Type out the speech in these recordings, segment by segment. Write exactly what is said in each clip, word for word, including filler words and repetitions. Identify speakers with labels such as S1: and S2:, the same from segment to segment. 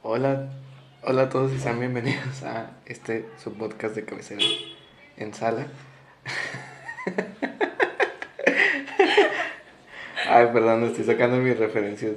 S1: Hola, hola a todos y sean bienvenidos a este su podcast de cabecera en sala. Ay, perdón, estoy sacando mis referencias.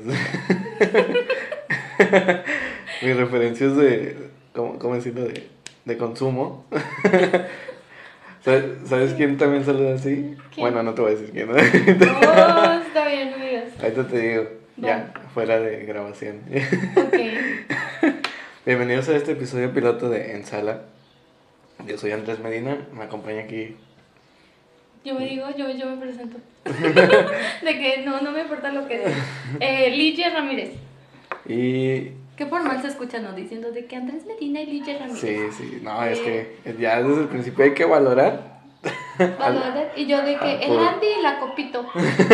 S1: Mis referencias de, ¿cómo, cómo decirlo? De, de consumo. ¿Sabes, ¿Sabes quién también saluda así?
S2: ¿Quién?
S1: Bueno, no te voy a decir quién. ¿No?
S2: Oh, está bien, no me digas.
S1: Ahorita te digo, ya,
S2: Va.
S1: fuera de grabación.
S2: Ok.
S1: Bienvenidos a este episodio piloto de En Sala. Yo soy Andrés Medina, me acompaña aquí.
S2: Yo me digo, yo, yo me presento. De que no, no me importa lo que digas. Eh, Ligia Ramírez.
S1: Y
S2: Qué formal se escucha, ¿no? Diciendo de que Andrés Medina y Ligia Ramírez.
S1: sí, sí, no, es
S2: Eh,
S1: que ya desde el principio hay que valorar.
S2: Valorar. Y yo de que
S1: Ah,
S2: el
S1: por-
S2: Andy y la Copito.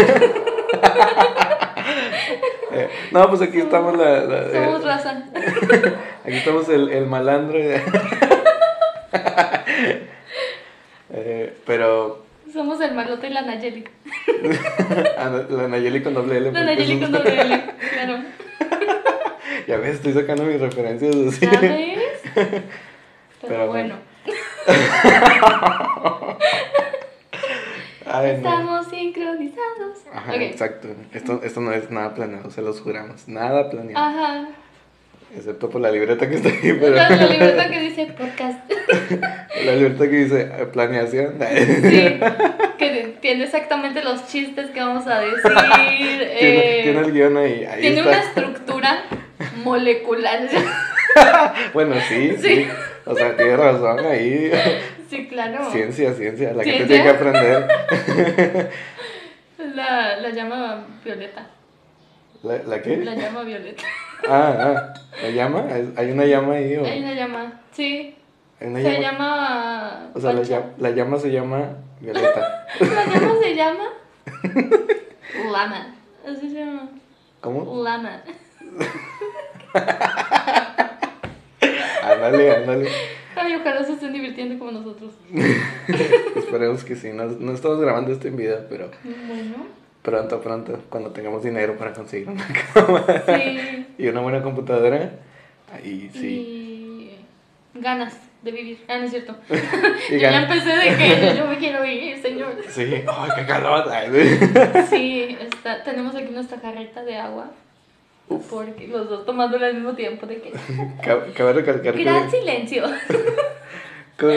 S1: Eh, no, pues aquí
S2: Somos-
S1: estamos la, la-
S2: Somos
S1: eh,
S2: raza.
S1: aquí estamos el, el malandro. Eh, pero
S2: Somos el Malote y la Nayeli.
S1: ah, no, la Nayeli con doble L.
S2: La
S1: porque
S2: Nayeli
S1: es-
S2: con doble L, claro.
S1: Ya ves, estoy sacando mis referencias así.
S2: ¿Ya ves? Pero,
S1: Pero
S2: bueno.
S1: Ay, no.
S2: Estamos sincronizados.
S1: Ajá,
S2: Ok.
S1: exacto. Esto, esto no es nada planeado, se los juramos. Nada planeado.
S2: Ajá.
S1: Excepto por la libreta que está ahí, pero.
S2: La, la libreta que dice podcast.
S1: La libreta que dice eh, planeación.
S2: Sí. Que tiene exactamente los chistes que vamos a decir.
S1: Tiene,
S2: eh,
S1: tiene el guión ahí. Ahí
S2: tiene
S1: está.
S2: una estructura molecular.
S1: Bueno, sí, sí,
S2: Sí.
S1: O sea, tiene razón ahí.
S2: Sí, claro.
S1: Ciencia, ciencia. La gente
S2: ¿Ciencia?
S1: tiene que aprender.
S2: La, la llama Violeta.
S1: ¿La, la qué?
S2: La llama Violeta.
S1: Ah, ah. ¿La llama? ¿Hay una llama ahí? O...
S2: Hay una llama. Sí.
S1: ¿Hay una
S2: Se
S1: llama?
S2: llama.
S1: O sea, la,
S2: Pancha.
S1: llama- la llama se llama Violeta.
S2: La llama se llama. Lama. Así se llama.
S1: ¿Cómo?
S2: Lama.
S1: Ándale, ándale.
S2: Ay, ojalá se estén divirtiendo como nosotros.
S1: Esperemos que sí. No, no estamos grabando esto en video, pero
S2: Bueno,
S1: pronto, pronto, cuando tengamos dinero para conseguir una cámara
S2: sí.
S1: y una buena computadora, ahí sí.
S2: Y ganas de vivir. Ah, no es cierto.
S1: Y
S2: Yo ya
S1: gan-
S2: empecé de que yo me quiero ir, señor.
S1: Sí, ¡ay, qué calor! Ay,
S2: Sí, está, tenemos aquí nuestra jarreta de agua. Porque los dos tomándola al mismo tiempo de que.
S1: Cabe cabe recalcar que.
S2: Gran silencio.
S1: ¿Cómo,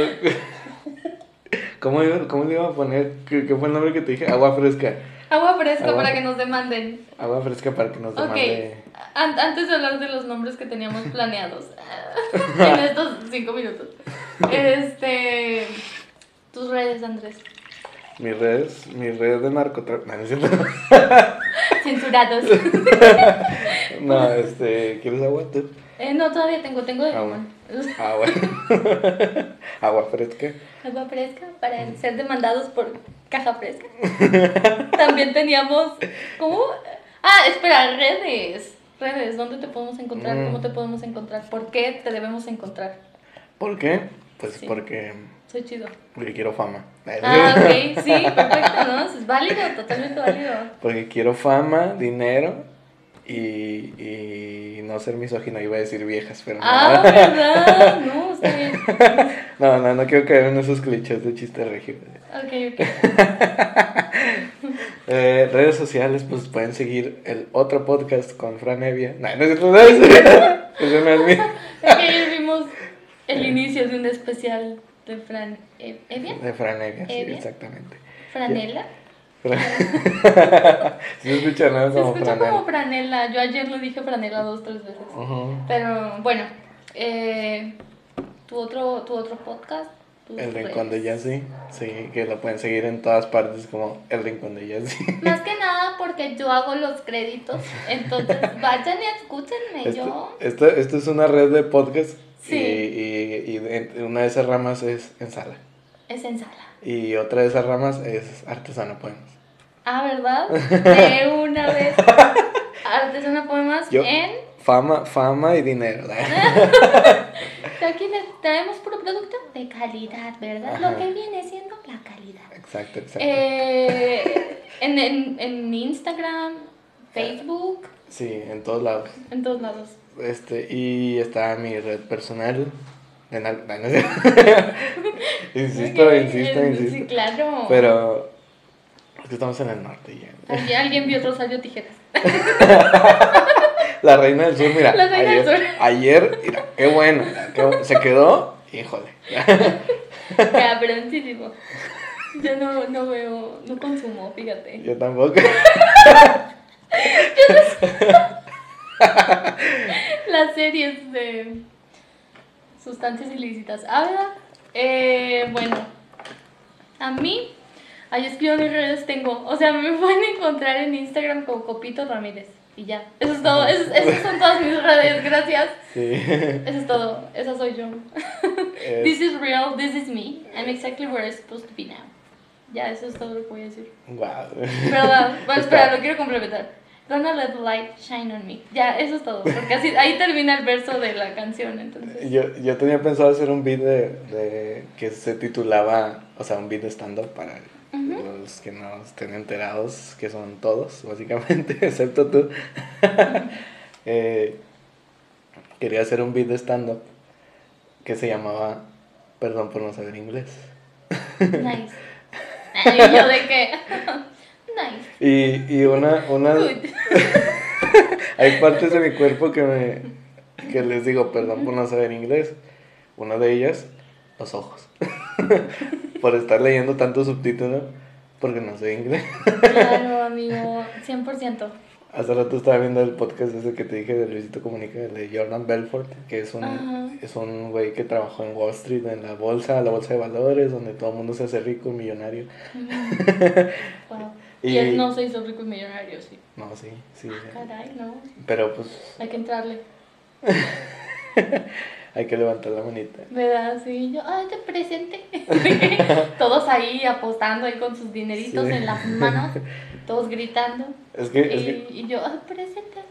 S1: cómo, iba- cómo le iba a poner? ¿Qué, qué fue el nombre que te dije? Agua fresca.
S2: Agua fresca
S1: Agua.
S2: para que nos demanden.
S1: Agua fresca para que nos
S2: Ok,
S1: demande.
S2: An- antes de hablar de los nombres que teníamos planeados en estos cinco minutos, este, tus redes, Andrés,
S1: Mis redes, mis redes de narcotráfico. No, no es cierto.
S2: censurados.
S1: No, este, ¿quieres agua tú?
S2: Eh, no, todavía tengo, tengo de
S1: Agua.
S2: limón.
S1: Agua. Agua fresca.
S2: Agua fresca para ser demandados por caja fresca. También teníamos, ¿cómo? Ah, espera, redes, redes, ¿dónde te podemos encontrar?
S1: Mm.
S2: ¿Cómo te podemos encontrar? ¿Por qué te debemos encontrar?
S1: ¿Por qué? Pues
S2: Sí.
S1: porque,
S2: Soy chido.
S1: porque quiero fama.
S2: Ah, ok, sí, perfecto, ¿no? Es válido, totalmente válido.
S1: Porque quiero fama, dinero y, y no ser misógino. Iba a decir viejas, pero no.
S2: Ah, ¿verdad? No, está bien.
S1: No, no, no quiero caer en esos clichés de chiste regio.
S2: Ok, ok.
S1: Eh, redes sociales, pues pueden seguir el otro podcast con Fran Evia. No, no es cierto, no es Ese no es mío.
S2: Es que ayer vimos el inicio de un especial de Fran E- Evia.
S1: De Fran Evia, sí,
S2: Evia.
S1: exactamente.
S2: Franela.
S1: Fran- Sí se escucha nada
S2: Se
S1: como
S2: escucha
S1: Franel.
S2: como Franela. Yo ayer lo dije Franela dos, tres veces.
S1: Ujú.
S2: Pero bueno, eh, tu otro, tu otro podcast. tus
S1: El Rincón de
S2: redes.
S1: Yassi, sí, que lo pueden seguir en todas partes como El Rincón de Yassi.
S2: Más que nada porque yo hago los créditos. Entonces vayan y escúchenme
S1: Esto,
S2: yo.
S1: esto, esto es una red de podcast
S2: Sí.
S1: y, y, y de- una de esas ramas es En Sala
S2: Es en sala.
S1: y otra de esas ramas es Artesano Poemas.
S2: Ah, ¿verdad? De una vez. Artesana Poemas
S1: Yo-
S2: en.
S1: Fama, fama y dinero.
S2: Aquí les traemos puro producto de calidad, ¿verdad?
S1: Ajá.
S2: Lo que viene siendo la calidad.
S1: Exacto, exacto.
S2: Eh, en, en, en Instagram, Facebook,
S1: Sí, en todos lados.
S2: En todos lados.
S1: Este, y está mi red personal. En al... no, no sé. Insisto,
S2: Ok,
S1: insisto,
S2: eh,
S1: insisto.
S2: Sí, claro.
S1: Pero es que estamos en el norte ya.
S2: Alguien, alguien vio Rosario Tijeras.
S1: La Reina del Sur, mira.
S2: La Reina
S1: ayer,
S2: del Sur.
S1: Ayer, mira, qué bueno. Qué bu- se quedó, híjole.
S2: Cabroncísimo. Yo no, no veo, no consumo, fíjate.
S1: Yo tampoco.
S2: Las series de sustancias ilícitas. Ahora, eh, bueno, a mí, ahí es que yo en redes tengo, o sea, me pueden encontrar en Instagram como Copito Ramírez. Y ya, eso es todo, eso- esas son todas mis redes, gracias.
S1: Sí.
S2: Eso es todo, esa soy yo.
S1: Es-
S2: This is real, this is me. I'm exactly where I'm supposed to be now. Ya, eso es todo lo que voy a decir.
S1: Guau.
S2: Perdón, bueno, espera,
S1: Está-
S2: lo quiero complementar. Gonna let the light shine on me. Ya, eso es todo. Porque así, ahí termina el verso de la canción, entonces.
S1: Yo, yo tenía pensado hacer un beat de, de que se titulaba, o sea, un beat de stand-up para
S2: Ujú.
S1: los que no estén enterados, que son todos, básicamente, excepto tú. Eh, quería hacer un beat de stand-up que se llamaba Perdón por no saber inglés.
S2: Nice. Ay, yo de que. Nice.
S1: Y, y una, una,
S2: Good.
S1: hay partes de mi cuerpo que me, que les digo perdón por no saber inglés. Una de ellas, los ojos. Por estar leyendo tanto subtítulo, porque no sé inglés.
S2: Claro, amigo, cien por ciento.
S1: Hace rato estaba viendo el podcast ese que te dije de Luisito Comunica, el de Jordan Belfort, que es un,
S2: Ajá.
S1: es un güey que trabajó en Wall Street, en la bolsa, la bolsa de valores, donde todo el mundo se hace rico, millonario.
S2: Wow.
S1: Y-
S2: Y él no se hizo rico y millonario, sí.
S1: No, sí, sí.
S2: Caray, no.
S1: Pero pues
S2: Hay que entrarle.
S1: hay que levantar la manita.
S2: ¿Verdad? Sí, yo, ay, te presente. Todos ahí apostando ahí con sus dineritos
S1: Sí.
S2: en las manos, todos gritando.
S1: Es que,
S2: Y,
S1: es que
S2: y yo, ay, presente.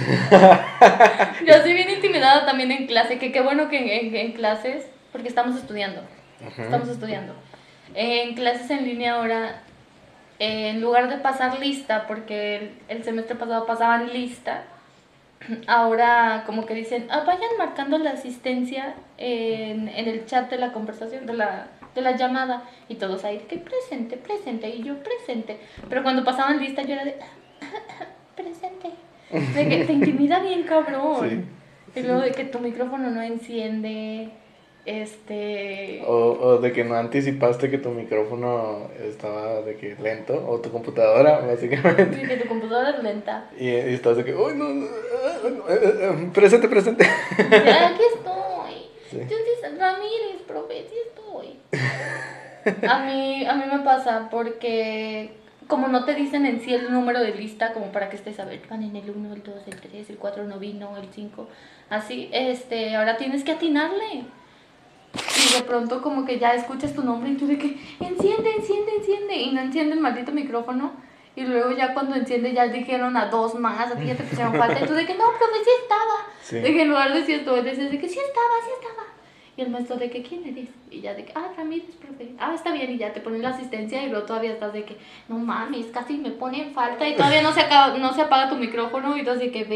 S2: Yo así bien intimidada también en clase, que qué bueno que en, en- en clases, porque estamos estudiando,
S1: Ujú.
S2: estamos estudiando. En clases en línea ahora, eh, en lugar de pasar lista, porque el, el semestre pasado pasaban lista, ahora como que dicen, ah, vayan marcando la asistencia en, en el chat de la conversación, de la, de la llamada, y todos ahí, que presente, presente, y yo presente. Pero cuando pasaban lista yo era de, presente. De que te intimida bien cabrón.
S1: Sí.
S2: Y luego de que tu micrófono no enciende, este...
S1: O, o de que no anticipaste que tu micrófono estaba de que lento, o tu computadora, básicamente.
S2: de que tu computadora es lenta.
S1: Y, y estás de que, uy, no, no, no, eh, eh, presente, presente.
S2: Y dice, aquí estoy.
S1: Sí.
S2: Entonces, Ramírez, profe, sí estoy. A mí, a mí me pasa porque como no te dicen en sí el número de lista, como para que estés a ver, van en el uno, el dos, el tres, el cuatro no vino, el cinco, así, este, ahora tienes que atinarle. Y de pronto como que ya escuchas tu nombre y tú de que enciende, enciende, enciende, y no enciende el maldito micrófono. Y luego ya cuando enciende ya dijeron a dos más, a ti ya te pusieron falta, y tú de que no, profe, sí estaba.
S1: Sí.
S2: De que en lugar de si estoy, dices de que sí estaba, sí estaba. Y el maestro de que, ¿quién eres? Y ya de que, ah, Ramírez, profe. Ah, está bien, y ya te ponen la asistencia y luego todavía estás de que, no mames, casi me ponen falta y todavía no se, acaba, no se apaga tu micrófono y tú así que,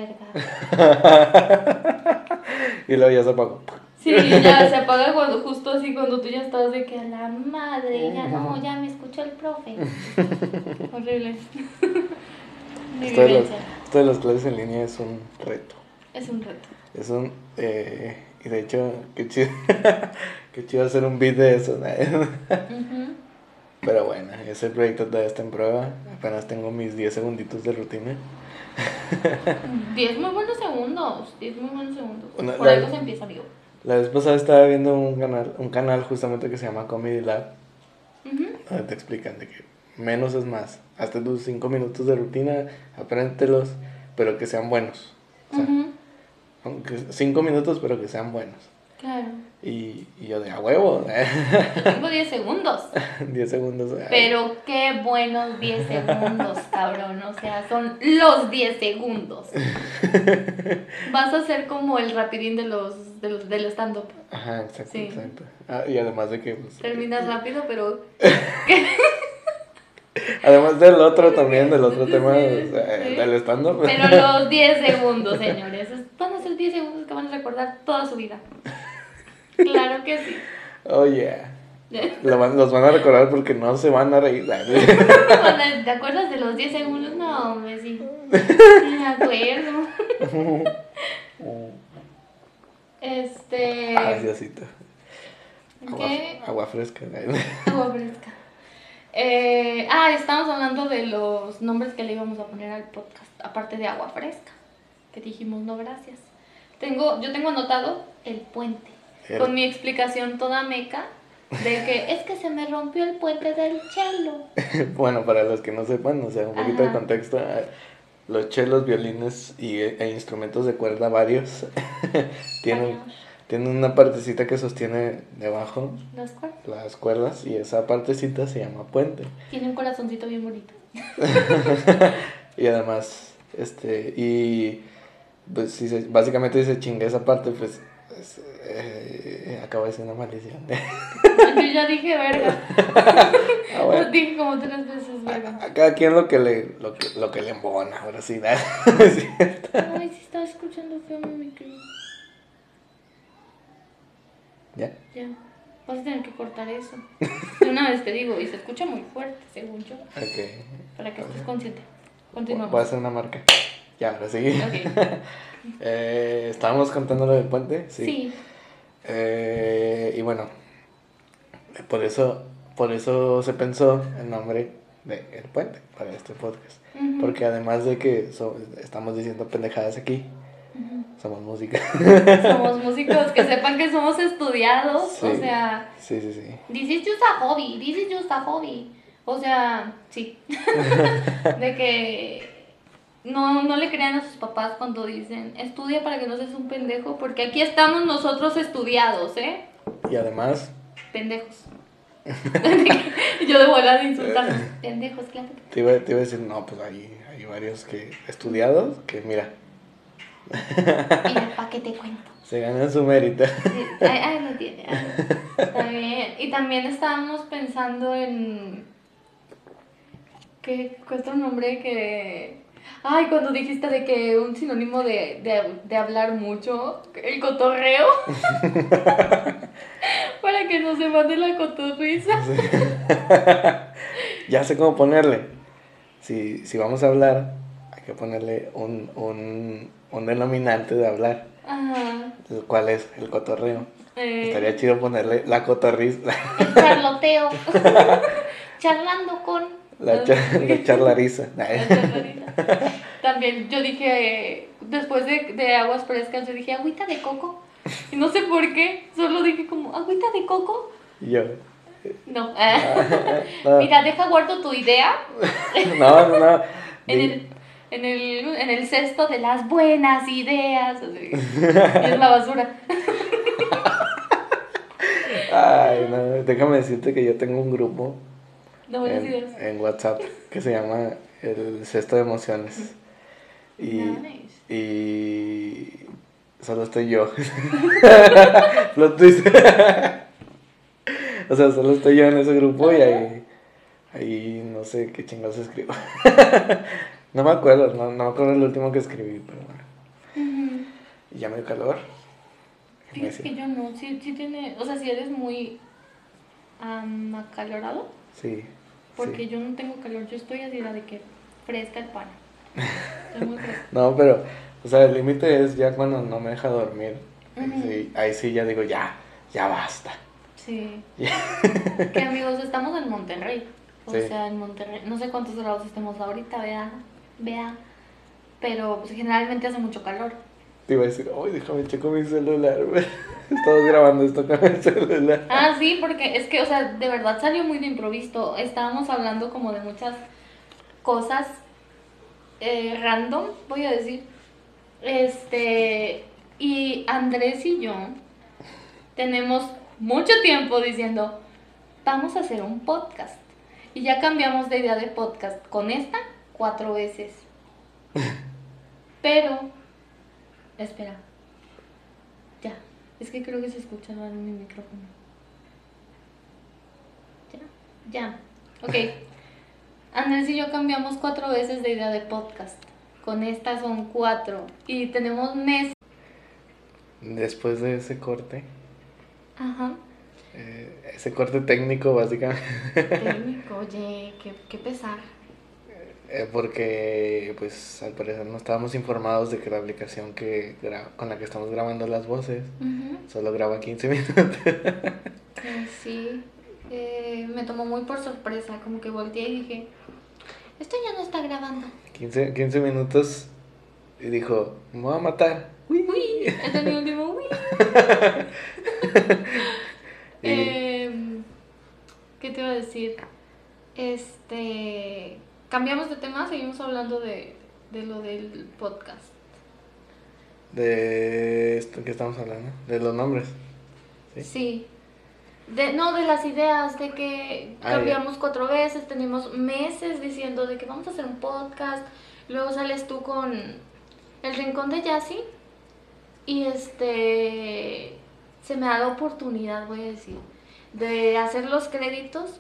S2: verga.
S1: Y luego ya se apagó.
S2: Sí, ya se apaga cuando, justo así cuando tú ya estás de que a la madre, ya no, ya me escuchó el profe. Horrible. Mi
S1: Esto de, las,
S2: vivencia.
S1: esto de las clases en línea es un reto.
S2: Es un reto.
S1: Es un. Eh, y de hecho, qué chido. Qué chido hacer un beat de eso. ¿No?
S2: Ujú.
S1: Pero bueno, ese proyecto todavía está en prueba. Apenas tengo mis diez segunditos de rutina.
S2: diez muy buenos segundos. diez muy buenos segundos.
S1: Una-
S2: Por
S1: la-
S2: algo se empieza, amigo.
S1: La vez pasada estaba viendo un canal, un canal justamente que se llama Comedy Lab,
S2: Ujú.
S1: donde te explican de que menos es más. Hazte tus cinco minutos de rutina, apréndetelos, pero que sean buenos. O sea,
S2: Ujú.
S1: aunque cinco minutos, pero que sean buenos.
S2: Claro.
S1: Y, y yo de a huevo,
S2: Tengo diez segundos.
S1: diez segundos. ay.
S2: Pero qué buenos diez segundos, cabrón. O sea, son los diez segundos. Vas a ser como el rapidín de los, de los del stand-up.
S1: Ajá, exacto,
S2: Sí.
S1: exacto. Ah, y además de que... Pues,
S2: Terminas rápido, pero
S1: Además del otro también, del otro
S2: Sí,
S1: tema,
S2: sí,
S1: o sea,
S2: sí.
S1: del stand-up.
S2: Pero los diez segundos, señores. es- Van a ser diez segundos que van a recordar toda su vida. Claro que sí.
S1: Oh, yeah. Lo van- los van a recordar porque no se van a reír.
S2: Cuando ¿te acuerdas de los diez segundos? No, hombre, sí. Sí, me acuerdo. Este.
S1: Ah, Diosito. Agua,
S2: ¿Qué?
S1: agua fresca.
S2: Agua fresca. Eh, ah, estamos hablando de los nombres que le íbamos a poner al podcast, aparte de agua fresca, que dijimos no gracias. Tengo, yo tengo anotado el puente,
S1: El-
S2: con mi explicación toda meca de que es que se me rompió el puente del cello.
S1: Bueno, para los que no sepan, o sea, un poquito de
S2: Ajá.
S1: contexto. eh, Los chelos, violines y, e instrumentos de cuerda varios tienen,
S2: Varios.
S1: tienen una partecita que sostiene debajo
S2: Los cuernos.
S1: las cuerdas y esa partecita se llama puente.
S2: Tiene un corazoncito bien bonito.
S1: Y además, este, y pues si se, básicamente si se chinga esa parte, pues es, eh, acaba de ser una maldición.
S2: Yo ya dije verga.
S1: Ah, bueno.
S2: Dije como tres veces verga.
S1: A cada quien lo que le, lo que, lo que le embona, ahora sí, ¿no? Sí.
S2: Ay, sí estaba escuchando feo mi micro.
S1: ¿Ya?
S2: Ya. Vas a tener que cortar eso. De una vez te digo, y se escucha muy fuerte, según yo.
S1: Ok.
S2: Para que estés consciente.
S1: Voy
S2: Continuamos.
S1: a hacer una marca. Ya, ahora sí.
S2: Ok.
S1: eh, Estábamos contando lo del puente, sí.
S2: Sí.
S1: Eh, y bueno, por eso, por eso se pensó el nombre de El Puente para este podcast.
S2: Ujú.
S1: Porque además de que so- estamos diciendo pendejadas aquí,
S2: Ujú.
S1: somos música.
S2: Somos músicos, que sepan que somos estudiados.
S1: Sí.
S2: O sea,
S1: Sí, sí, sí.
S2: this is just a hobby, this is just a hobby. O sea, sí. De que no, no le crean a sus papás cuando dicen estudia para que no seas un pendejo, porque aquí estamos nosotros estudiados, ¿eh?
S1: Y además,
S2: Pendejos. Yo de volada insultando. Pendejos, claro.
S1: te iba, te iba a decir, no, pues hay, hay varios que estudiados que, mira,
S2: Mira, ¿para qué te cuento?
S1: se ganan su mérito.
S2: Sí, Ay, ay, no tiene. Ay, está bien. Y también estábamos pensando en. ¿Qué cuesta un nombre que.? Ay, cuando dijiste de que un sinónimo de, de, de hablar mucho, el cotorreo. Para que no se mande la cotorriza.
S1: Ya sé cómo ponerle. Si, si vamos a hablar, hay que ponerle un, un, un denominante de hablar,
S2: Ajá.
S1: el cual es el cotorreo.
S2: Eh,
S1: Estaría chido ponerle la cotorriz, la,
S2: el charloteo. Charlando con.
S1: la, cha- la charlariza.
S2: La charlarina. También yo dije, después de, de aguas frescas, yo dije agüita de coco. Y no sé por qué, solo dije como agüita de coco.
S1: Y yo,
S2: No.
S1: no,
S2: Mira, deja guardo tu idea
S1: no, no, no.
S2: en
S1: Di-
S2: el, en el, en el cesto de las buenas ideas. Así, y es la basura.
S1: Ay, no, déjame decirte que yo tengo un grupo
S2: De buenas
S1: en,
S2: ideas.
S1: en WhatsApp que se llama El Cesto de Emociones. Y,
S2: Nice.
S1: y solo estoy yo. Plot twist. O sea, solo estoy yo en ese grupo y ahí, ahí no sé qué chingados escribo. No me acuerdo, no, no me acuerdo el último que escribí, pero bueno.
S2: Ujú.
S1: Y ya me dio calor. Déjame
S2: Fíjate que
S1: decir.
S2: yo no, sí, sí tiene, o sea, si eres muy um, acalorado,
S1: Sí.
S2: porque
S1: sí.
S2: yo no tengo calor, yo estoy así la de que fresca el pan. Estoy muy fresca.
S1: No, pero, o sea, el límite es ya cuando no me deja dormir. Ahí
S2: Ujú.
S1: sí, ahí sí ya digo, ya, ya basta.
S2: Sí. Que amigos, estamos en Monterrey. O
S1: Sí.
S2: sea, en Monterrey, no sé cuántos grados estemos ahorita, vea, vea. Pero pues, generalmente hace mucho calor.
S1: Te iba a decir, ay, déjame checo mi celular. Estamos grabando esto con el celular.
S2: Ah, sí, porque es que, o sea, de verdad salió muy de improviso. Estábamos hablando como de muchas cosas eh, random, voy a decir. Este, y Andrés y yo tenemos mucho tiempo diciendo, vamos a hacer un podcast. Y ya cambiamos de idea de podcast con esta cuatro veces. Pero, espera. Ya, es que creo que se escucha mal en mi micrófono. Ya, ya, ok. Andrés y yo cambiamos cuatro veces de idea de podcast. Con esta son cuatro. Y tenemos meses.
S1: Después de ese corte,
S2: Ajá.
S1: eh, ese corte técnico básicamente,
S2: Técnico, oye, qué, qué pesar.
S1: eh, porque pues al parecer no estábamos informados de que la aplicación que gra- con la que estamos grabando las voces
S2: Ujú.
S1: solo graba quince minutos.
S2: Eh, sí, eh, me tomó muy por sorpresa, como que volteé y dije, esto ya no está grabando.
S1: quince, quince minutos y dijo, me voy a matar.
S2: Uy, es el último, uy.
S1: Y
S2: Em, ¿Qué te iba a decir? Este, cambiamos de tema, seguimos hablando de, de lo del podcast.
S1: de esto que estamos hablando, de los nombres. ¿Sí?
S2: Sí. De, no, de las ideas, de que
S1: Ah, ya.
S2: cambiamos cuatro veces, tenemos meses diciendo de que vamos a hacer un podcast, luego sales tú con El Rincón de Yassi y este se me da la oportunidad, voy a decir, de hacer los créditos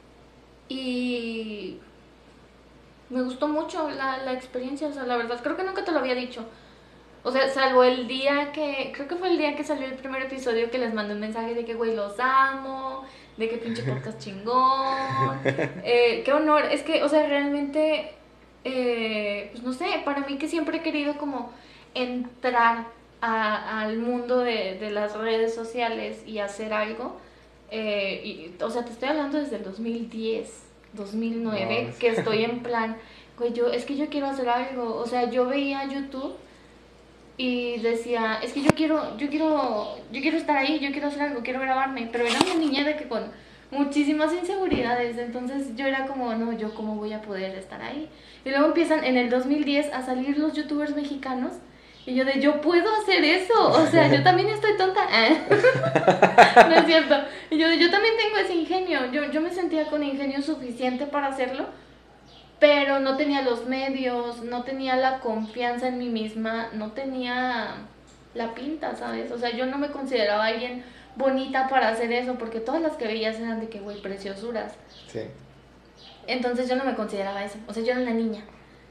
S2: y me gustó mucho la, la experiencia, o sea, la verdad, creo que nunca te lo había dicho. O sea, salvo el día que, creo que fue el día que salió el primer episodio que les mandé un mensaje de que, güey, los amo, de que pinche podcast chingón, eh, qué honor, es que, o sea, realmente, eh, pues no sé, para mí que siempre he querido como entrar a- al mundo de, de las redes sociales y hacer algo, eh, y, o sea, te estoy hablando desde el dos mil diez, dos mil nueve,
S1: No, es-
S2: que estoy en plan, güey, yo, es que yo quiero hacer algo, o sea, yo veía YouTube y decía, es que yo quiero, yo quiero, yo quiero estar ahí, yo quiero hacer algo, quiero grabarme, pero era una niña de que con muchísimas inseguridades, entonces yo era como, no, yo cómo voy a poder estar ahí. Y luego empiezan en el dos mil diez a salir los youtubers mexicanos y yo de, yo puedo hacer eso, o sea, yo también estoy tonta. No es cierto. Y yo de, yo también tengo ese ingenio, yo, yo me sentía con ingenio suficiente para hacerlo, pero no tenía los medios, no tenía la confianza en mí misma, no tenía la pinta, ¿sabes? O sea, yo no me consideraba alguien bonita para hacer eso, porque todas las que veías eran de que, güey, preciosuras.
S1: Sí.
S2: Entonces yo no me consideraba eso, o sea, yo era una niña.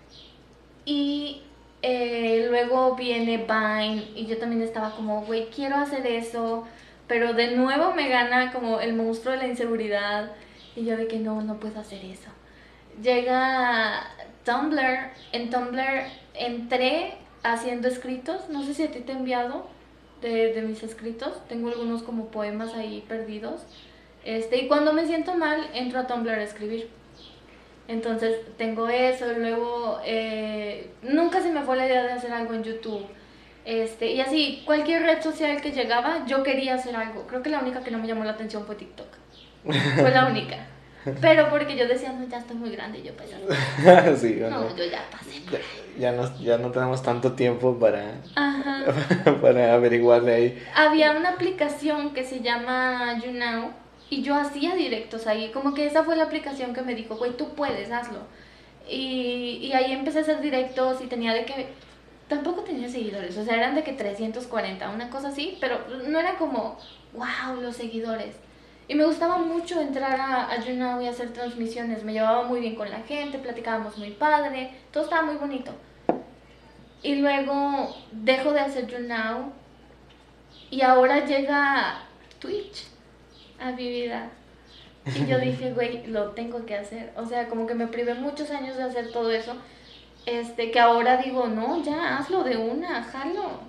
S2: Y eh, luego viene Vine y yo también estaba como, güey, quiero hacer eso, pero de nuevo me gana como el monstruo de la inseguridad y yo de que no, no puedo hacer eso. Llega Tumblr, en Tumblr entré haciendo escritos, no sé si a ti te he enviado de, de mis escritos, tengo algunos como poemas ahí perdidos, este, y cuando me siento mal entro a Tumblr a escribir. Entonces tengo eso, luego eh, nunca se me fue la idea de hacer algo en YouTube. Este, y así, cualquier red social que llegaba, yo quería hacer algo. Creo que la única que no me llamó la atención fue TikTok. Fue la única. Pero porque yo decía, no, ya estoy muy grande, yo pues ya.
S1: Sí,
S2: No,
S1: bueno,
S2: yo ya pasé por
S1: ya,
S2: ahí.
S1: ya no, ya no tenemos tanto tiempo para,
S2: Ajá.
S1: para averiguarle ahí.
S2: Había una aplicación que se llama YouNow y yo hacía directos ahí. Como que esa fue la aplicación que me dijo, güey, tú puedes, hazlo. Y, y ahí empecé a hacer directos y tenía de que... Tampoco tenía seguidores, o sea, eran de que trescientos cuarenta, una cosa así, pero no era como, wow, los seguidores. Y me gustaba mucho entrar a, a YouNow y hacer transmisiones. Me llevaba muy bien con la gente, platicábamos muy padre, todo estaba muy bonito. Y luego dejo de hacer YouNow y ahora llega Twitch a mi vida. Y yo dije, güey, lo tengo que hacer. O sea, como que me privé muchos años de hacer todo eso. Este, que ahora digo, no, ya, hazlo de una, jalo.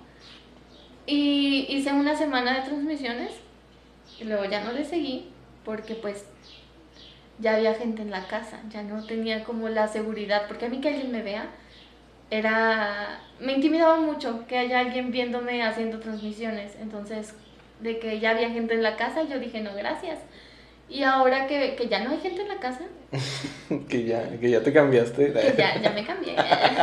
S2: Y hice una semana de transmisiones y luego ya no le seguí porque pues ya había gente en la casa, ya no tenía como la seguridad, porque a mí que alguien me vea era, me intimidaba mucho que haya alguien viéndome haciendo transmisiones, entonces de que ya había gente en la casa yo dije no gracias. Y ahora que, que ya no hay gente en la casa,
S1: Que ya, que ya te cambiaste.
S2: que ya, ya me cambié.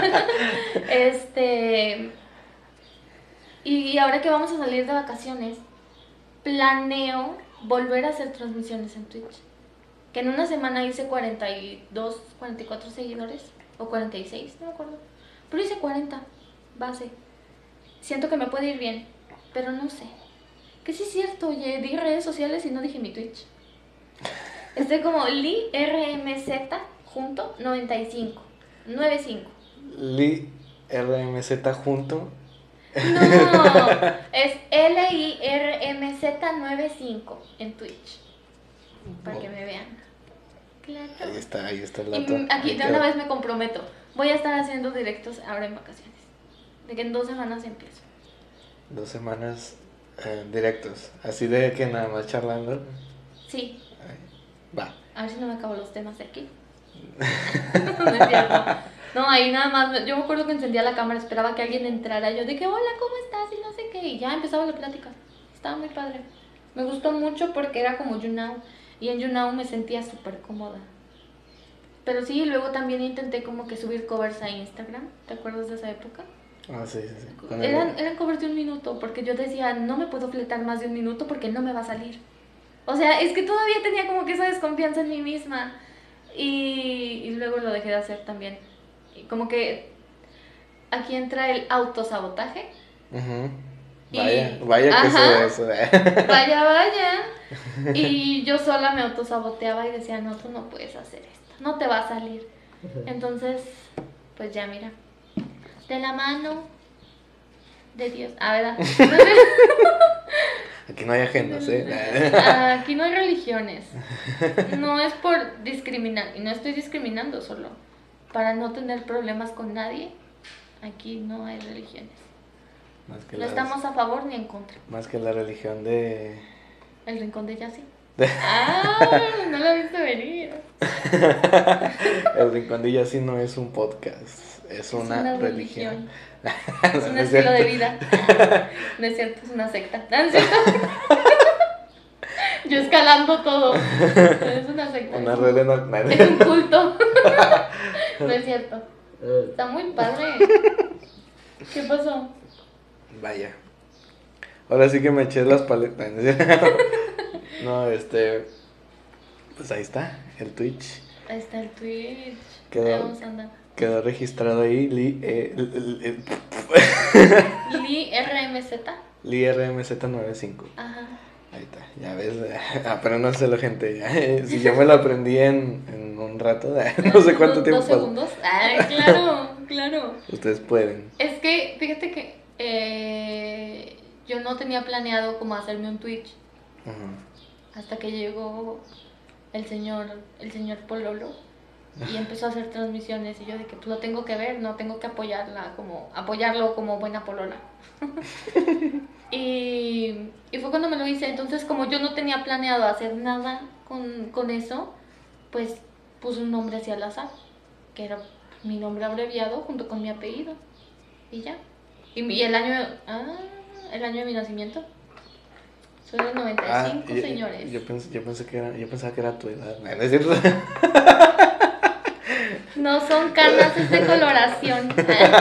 S2: Este, y ahora que vamos a salir de vacaciones, planeo volver a hacer transmisiones en Twitch. Que en una semana hice cuarenta y dos, cuarenta y cuatro seguidores, o cuarenta y seis, no me acuerdo. Pero hice cuarenta, base. Siento que me puede ir bien, pero no sé. Que sí es cierto, oye, di redes sociales y no dije mi Twitch. Estoy como Li R M Z junto noventa y cinco. noventa y cinco.
S1: Li R M Z junto.
S2: No, es L I R M Z noventa y cinco en Twitch. Para
S1: Oh.
S2: que me vean. Claro.
S1: Ahí está, ahí está el
S2: Y
S1: dato.
S2: m- aquí
S1: Ahí
S2: de
S1: quedó.
S2: una vez me comprometo. Voy a estar haciendo directos ahora en vacaciones. De que en dos semanas empiezo.
S1: Dos semanas eh, directos. Así de que nada más charlando.
S2: Sí,
S1: Ay, va.
S2: a ver si no me acabo los temas de aquí. No es cierto. No, ahí nada más. me- Yo me acuerdo que encendía la cámara, esperaba que alguien entrara. Yo de que, hola, ¿cómo estás? Y no sé qué. Y ya empezaba la plática. Estaba muy padre. Me gustó mucho porque era como YouNow. Y en YouNow me sentía súper cómoda. Pero sí, luego también intenté como que subir covers a Instagram. ¿Te acuerdas de esa época?
S1: Ah, sí, sí, sí. Con el-
S2: Eran, eran covers de un minuto, porque yo decía, no me puedo fletar más de un minuto porque no me va a salir. O sea, es que todavía tenía como que esa desconfianza en mí misma. Y, y luego lo dejé de hacer también. Y como que aquí entra el autosabotaje.
S1: Ujú.
S2: Y-
S1: Vaya, vaya que
S2: Ajá.
S1: eso es eso. eh.
S2: Vaya, vaya. Y yo sola me autosaboteaba y decía, no, tú no puedes hacer esto, no te va a salir. Entonces, pues ya mira, de la mano de Dios. Ah, ¿verdad?
S1: Aquí no hay agendas, ¿eh?
S2: Aquí no hay religiones. No es por discriminar, y no estoy discriminando solo. Para no tener problemas con nadie, aquí no hay religiones.
S1: Más que,
S2: No
S1: las-
S2: estamos a favor ni en contra.
S1: más que la religión de...
S2: El rincón de Yassi. Ah, no lo viste venir.
S1: El Rincón de Yassi no es un podcast, es una, religión.
S2: Es un
S1: No es
S2: estilo de
S1: cierto.
S2: vida. No es cierto, es una secta. No, ¿no es cierto? Yo escalando todo. Es una secta.
S1: Una
S2: es un-
S1: red de no-
S2: Es un culto. No es cierto. Está muy padre. ¿Qué pasó?
S1: Vaya. Ahora sí que me eché las paletas. ¿No es cierto? No, este... Pues ahí está, el Twitch.
S2: Ahí está el Twitch.
S1: Quedó-
S2: Ahí vamos a andar.
S1: Quedó registrado ahí Li, eh, l- l- l-
S2: Li R M Z.
S1: Li R M Z noventa y cinco.
S2: Ajá.
S1: Ahí está, ya ves, apréndanselo, gente. Ya, eh, si yo me lo aprendí en, en un rato, no sé cuánto
S2: Dos-
S1: tiempo
S2: Dos
S1: pasó.
S2: segundos. Ay, claro, claro.
S1: Ustedes pueden.
S2: Es que, fíjate que eh, yo no tenía planeado como hacerme un Twitch
S1: Ujú.
S2: hasta que llegó el señor, el señor Pololo y empezó a hacer transmisiones y yo de que pues lo tengo que ver, no tengo que apoyarla como, apoyarlo como buena polola. y, y fue cuando me lo hice, entonces como yo no tenía planeado hacer nada con, con eso, pues puse un nombre así al azar, que era mi nombre abreviado junto con mi apellido y ya. Y, mi- y el año, ah, el año de mi nacimiento. Soy del noventa y cinco,
S1: Ah, yo,
S2: señores.
S1: Yo, pensé, yo, pensé que era, yo pensaba que era tu edad. No, no es cierto.
S2: No son canas, es de coloración.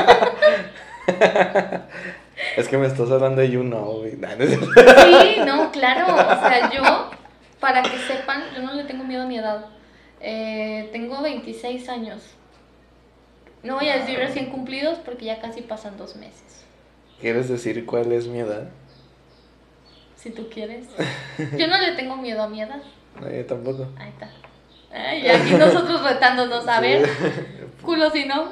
S1: Es que me estás hablando de You Know. güey. No, no es cierto.
S2: Sí, no, claro. O sea, yo, para que sepan, yo no le tengo miedo a mi edad. Eh, tengo veintiséis años. No voy a decir recién cumplidos porque ya casi pasan dos meses.
S1: ¿Quieres decir cuál es mi edad?
S2: Si tú quieres. Yo no le tengo miedo a mi edad.
S1: No, yo tampoco.
S2: Ahí está. Ay, y aquí nosotros retándonos a ver. Culo si no.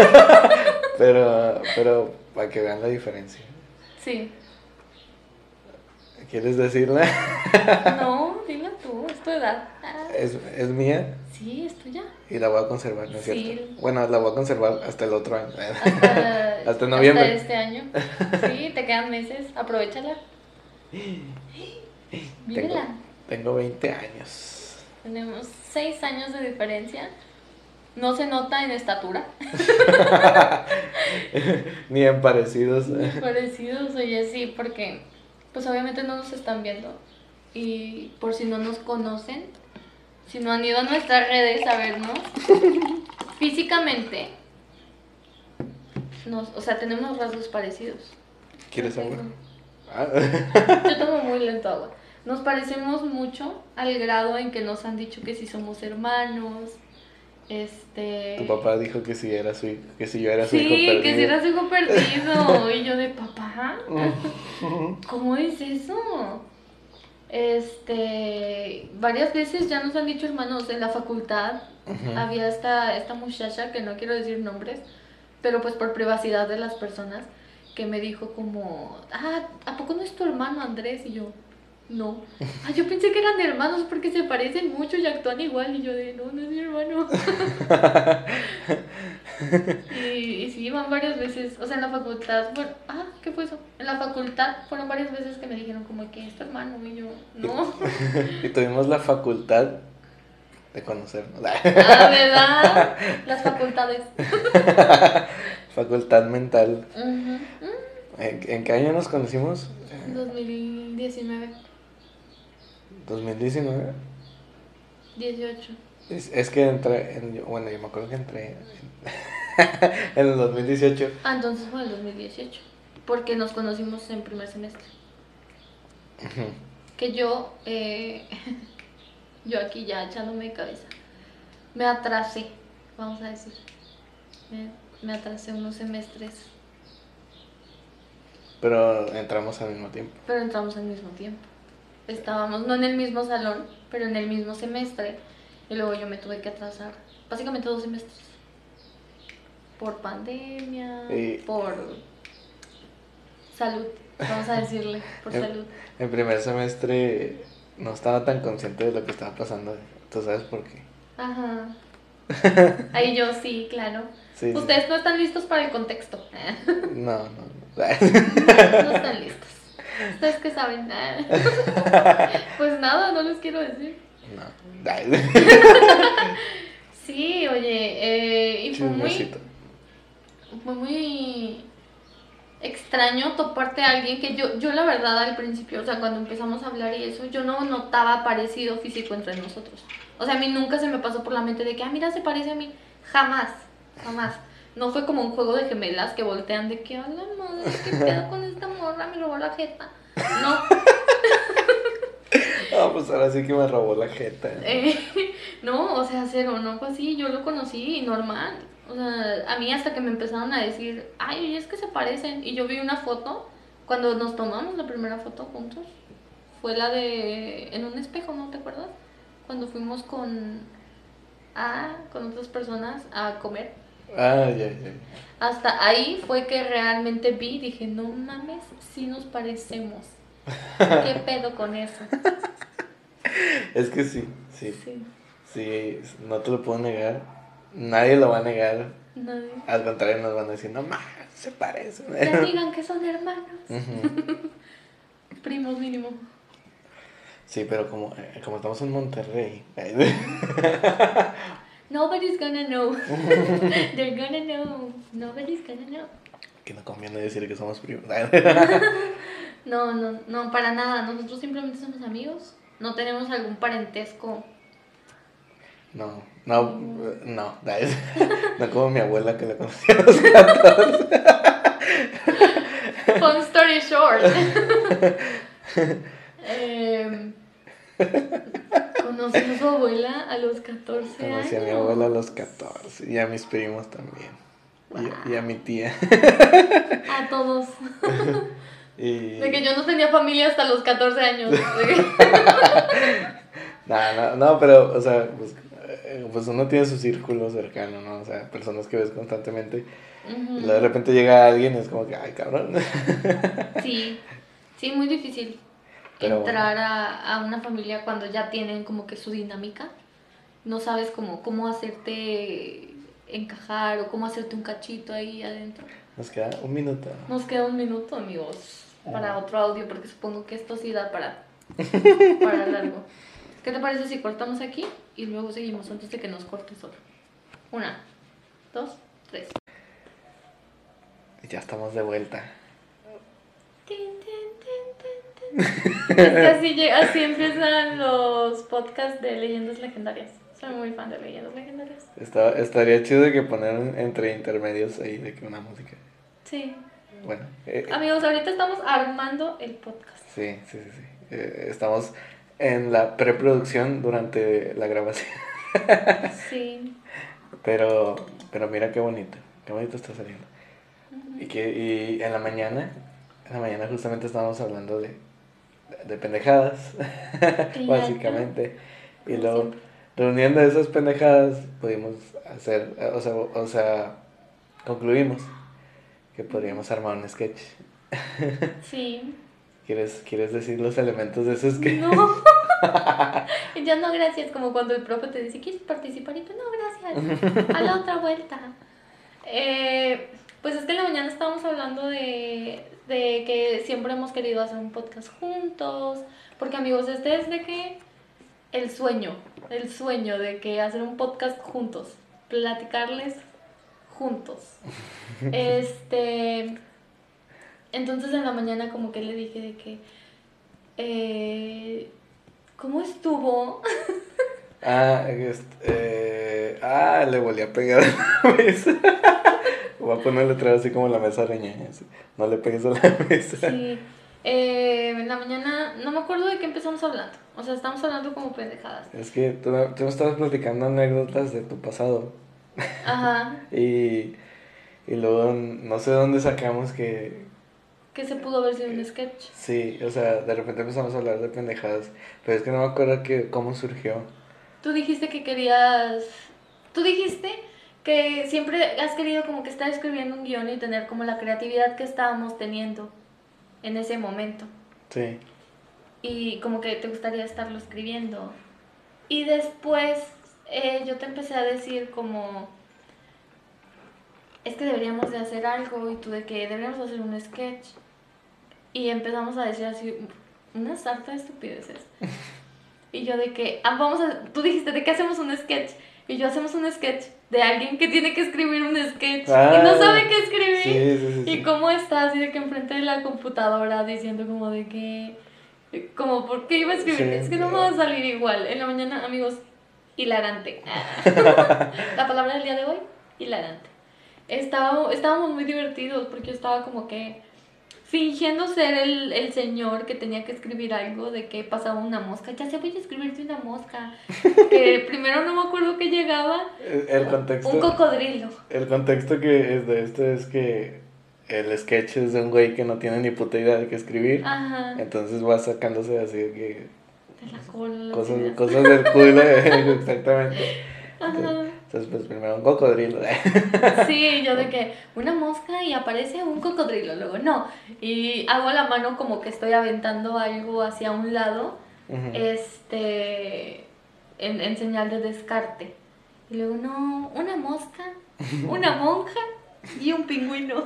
S1: Pero, pero, para que vean la diferencia.
S2: Sí.
S1: ¿Quieres decirla?
S2: No, dila tú, es tu edad. Ah,
S1: Es, es mía
S2: sí, es tuya.
S1: y la voy a conservar, ¿no es
S2: Sí.
S1: cierto? Bueno, la voy a conservar hasta el otro año.
S2: Hasta,
S1: Hasta noviembre.
S2: Hasta este año. Sí, te quedan meses. Aprovechala.
S1: Tengo,
S2: Vívela.
S1: tengo veinte años.
S2: Tenemos seis años de diferencia. No se nota en estatura.
S1: Ni en parecidos.
S2: Parecidos, oye, sí, porque pues obviamente no nos están viendo. Y por si no nos conocen, si no han ido a nuestras redes a vernos, físicamente, nos, o sea, tenemos rasgos parecidos.
S1: ¿Quieres
S2: Yo
S1: agua?
S2: tengo-
S1: Ah.
S2: Yo tomo muy lento agua. Nos parecemos mucho al grado en que nos han dicho que si somos hermanos. Este.
S1: Tu papá dijo que si era su hijo, que si yo era su
S2: Sí,
S1: hijo perdido.
S2: que si era su hijo perdido. Y yo de papá. ¿Cómo es eso? Este, varias veces ya nos han dicho hermanos en la facultad.
S1: Ujú.
S2: Había esta, esta muchacha, que no quiero decir nombres, pero pues por privacidad de las personas, que me dijo como, ah, ¿a poco no es tu hermano Andrés? Y yo, no. Ah, yo pensé que eran hermanos porque se parecen mucho y actúan igual. Y yo de, no, no es mi hermano. Y, y sí, van varias veces, o sea, en la facultad, bueno, ah, ¿qué fue eso? En la facultad fueron varias veces que me dijeron como que es tu hermano y yo, no.
S1: Y, y tuvimos la facultad de conocernos.
S2: Ah, ¿verdad? Las facultades.
S1: Facultad mental.
S2: Ujú.
S1: ¿En, en qué año nos conocimos?
S2: dos mil diecinueve,
S1: ¿dos mil diecinueve?
S2: dieciocho.
S1: Es, es que entré, en, bueno, yo me acuerdo que entré en, en el dos mil dieciocho.
S2: Ah, entonces fue el dos mil dieciocho, porque nos conocimos en primer semestre.
S1: Ujú.
S2: Que yo, eh, yo aquí ya echándome de cabeza, me atrasé, vamos a decir. Me, me atrasé unos semestres,
S1: Pero entramos al mismo tiempo.
S2: pero entramos al mismo tiempo. Estábamos no en el mismo salón, pero en el mismo semestre. Y luego yo me tuve que atrasar básicamente dos semestres. Por pandemia,
S1: Y
S2: por salud, vamos a decirle, por
S1: en,
S2: salud.
S1: en primer semestre no estaba tan consciente de lo que estaba pasando. ¿Tú sabes por qué?
S2: Ajá. Ahí yo sí, claro.
S1: Sí, sí.
S2: Ustedes no están listos para el contexto.
S1: No, no, no.
S2: No están listos. ¿Ustedes qué saben? Pues nada, no les quiero decir.
S1: No.
S2: Sí, oye, eh, y fue muy,
S1: Chismecito.
S2: fue muy extraño toparte a alguien que yo, yo la verdad al principio, o sea, cuando empezamos a hablar y eso, yo no notaba parecido físico entre nosotros. O sea, a mí nunca se me pasó por la mente de que, ah, mira, se parece a mí. Jamás, jamás. No fue como un juego de gemelas que voltean de que, a la madre, ¿qué pedo con esta morra? Me robó la jeta. No,
S1: No, pues ahora sí que me robó la jeta.
S2: eh, no, o sea, cero, no fue así. Yo lo conocí y normal. O sea, a mí hasta que me empezaron a decir, ay, oye, es que se parecen. Y yo vi una foto, cuando nos tomamos la primera foto juntos, fue la de, en un espejo, ¿no te acuerdas? Cuando fuimos con, ah, con otras personas a comer.
S1: Ah, ya, ya.
S2: Hasta ahí fue que realmente vi, dije, no mames, sí nos parecemos. ¿Qué pedo con eso?
S1: Es que sí, sí,
S2: Sí,
S1: sí, no te lo puedo negar. Nadie lo va a negar.
S2: nadie.
S1: Al contrario, nos van a decir, no más, se parecen.
S2: Que digan que son hermanos.
S1: Ujú.
S2: Primos mínimo.
S1: Sí, pero como, eh, como estamos en Monterrey.
S2: Nobody's gonna know. They're gonna know. Nobody's gonna know.
S1: Que no conviene decir que somos primos.
S2: No, no, no, para nada. Nosotros simplemente somos amigos. No tenemos algún parentesco.
S1: No, no, no. No como mi abuela que la conocí a los gatos.
S2: Fun story short. eh, conocí a su abuela a los catorce años.
S1: Conocí a mi abuela a los catorce y a mis primos también.
S2: Wow.
S1: Y, y a mi tía.
S2: A todos.
S1: Y...
S2: De que yo no tenía familia hasta los catorce años.
S1: No, no, no, pero, o sea, pues, eh, pues uno tiene su círculo cercano, ¿no? O sea, personas que ves constantemente.
S2: Uh-huh.
S1: Y luego de repente llega alguien y es como que, ay, cabrón.
S2: Sí, sí, muy difícil
S1: Pero
S2: entrar
S1: bueno.
S2: a, a una familia cuando ya tienen como que su dinámica. No sabes cómo, cómo hacerte encajar o cómo hacerte un cachito ahí adentro.
S1: Nos queda un minuto.
S2: Nos queda un minuto, amigos, para otro audio, porque supongo que esto sí da para, para largo. ¿Qué te parece si cortamos aquí y luego seguimos antes de que nos corte solo? Una, dos, tres.
S1: Y ya estamos de vuelta.
S2: Tin, tin, tin, tin, tin. Es que así, llega- así empiezan los podcasts de leyendas legendarias. Soy muy fan de leyendas legendarias.
S1: Está, estaría chido que poner entre intermedios ahí de que una música.
S2: Sí.
S1: Bueno. Eh,
S2: Amigos, ahorita estamos armando el podcast.
S1: Sí, sí, sí, sí. Eh, estamos en la preproducción durante la grabación.
S2: Sí.
S1: Pero, pero mira qué bonito, qué bonito está saliendo.
S2: Uh-huh.
S1: Y que y en la mañana, en la mañana justamente estábamos hablando de, de pendejadas,
S2: Claro.
S1: básicamente. Y
S2: Como
S1: luego,
S2: siempre.
S1: reuniendo esas pendejadas, pudimos hacer, eh, o sea, o sea, concluimos que podríamos armar un sketch.
S2: Sí.
S1: ¿Quieres, ¿Quieres decir los elementos de ese sketch?
S2: No. Ya no, gracias. Como cuando el profe te dice, ¿quieres participar? Y tú, no, gracias. A la otra vuelta. Eh, pues es que en la mañana estábamos hablando de, de que siempre hemos querido hacer un podcast juntos. Porque, amigos, este es de que el sueño, el sueño de que hacer un podcast juntos, platicarles juntos. Este, entonces en la mañana como que le dije de que, eh, ¿cómo estuvo?
S1: Ah, este, eh, ah, le volví a pegar a la mesa. Voy a poner letrero así como la mesa araña. Así. No le pegues a la mesa.
S2: Sí, eh, en la mañana no me acuerdo de qué empezamos hablando. O sea, estamos hablando como pendejadas.
S1: Es que tú, me- tú me estabas platicando anécdotas de tu pasado.
S2: Ajá,
S1: Y, y luego no sé dónde sacamos que,
S2: que se pudo haber sido un sketch.
S1: sí, o sea, de repente empezamos a hablar de pendejadas. Pero es que no me acuerdo que, cómo surgió.
S2: Tú dijiste que querías, tú dijiste que siempre has querido como que estar escribiendo un guión y tener como la creatividad que estábamos teniendo en ese momento.
S1: Sí.
S2: Y como que te gustaría estarlo escribiendo. Y después eh, yo te empecé a decir como, es que deberíamos de hacer algo y tú de que deberíamos hacer un sketch. Y empezamos a decir así una sarta de estupideces. Y yo de que, ah, vamos a, tú dijiste, ¿de qué hacemos un sketch? Y yo hacemos un sketch de alguien que tiene que escribir un sketch
S1: Ah,
S2: y no sabe qué escribir.
S1: Sí, sí, sí.
S2: Y
S1: sí.
S2: cómo está así de que enfrente de la computadora diciendo como de que, como, ¿por qué iba a escribir?
S1: Sí,
S2: Es que no me va a salir igual. En la mañana, amigos, hilarante. La palabra del día de hoy, hilarante. Estaba, estábamos muy divertidos porque yo estaba como que fingiendo ser el, el señor que tenía que escribir algo de que pasaba una mosca. Ya sé, voy a escribirte una mosca. Que primero no me acuerdo que llegaba.
S1: El, el contexto.
S2: Un cocodrilo.
S1: El contexto que es de esto es que el sketch es de un güey que no tiene ni puta idea de qué escribir.
S2: Ajá.
S1: Entonces va sacándose así de que
S2: De la cola, las
S1: cosas,
S2: ideas.
S1: cosas del culo, exactamente.
S2: Ajá.
S1: Entonces, entonces, pues primero un cocodrilo.
S2: Sí, yo de que una mosca y aparece un cocodrilo, luego no. Y hago la mano como que estoy aventando algo hacia un lado,
S1: Ujú.
S2: este, en, en señal de descarte. Y luego, no, una mosca, una monja y un pingüino.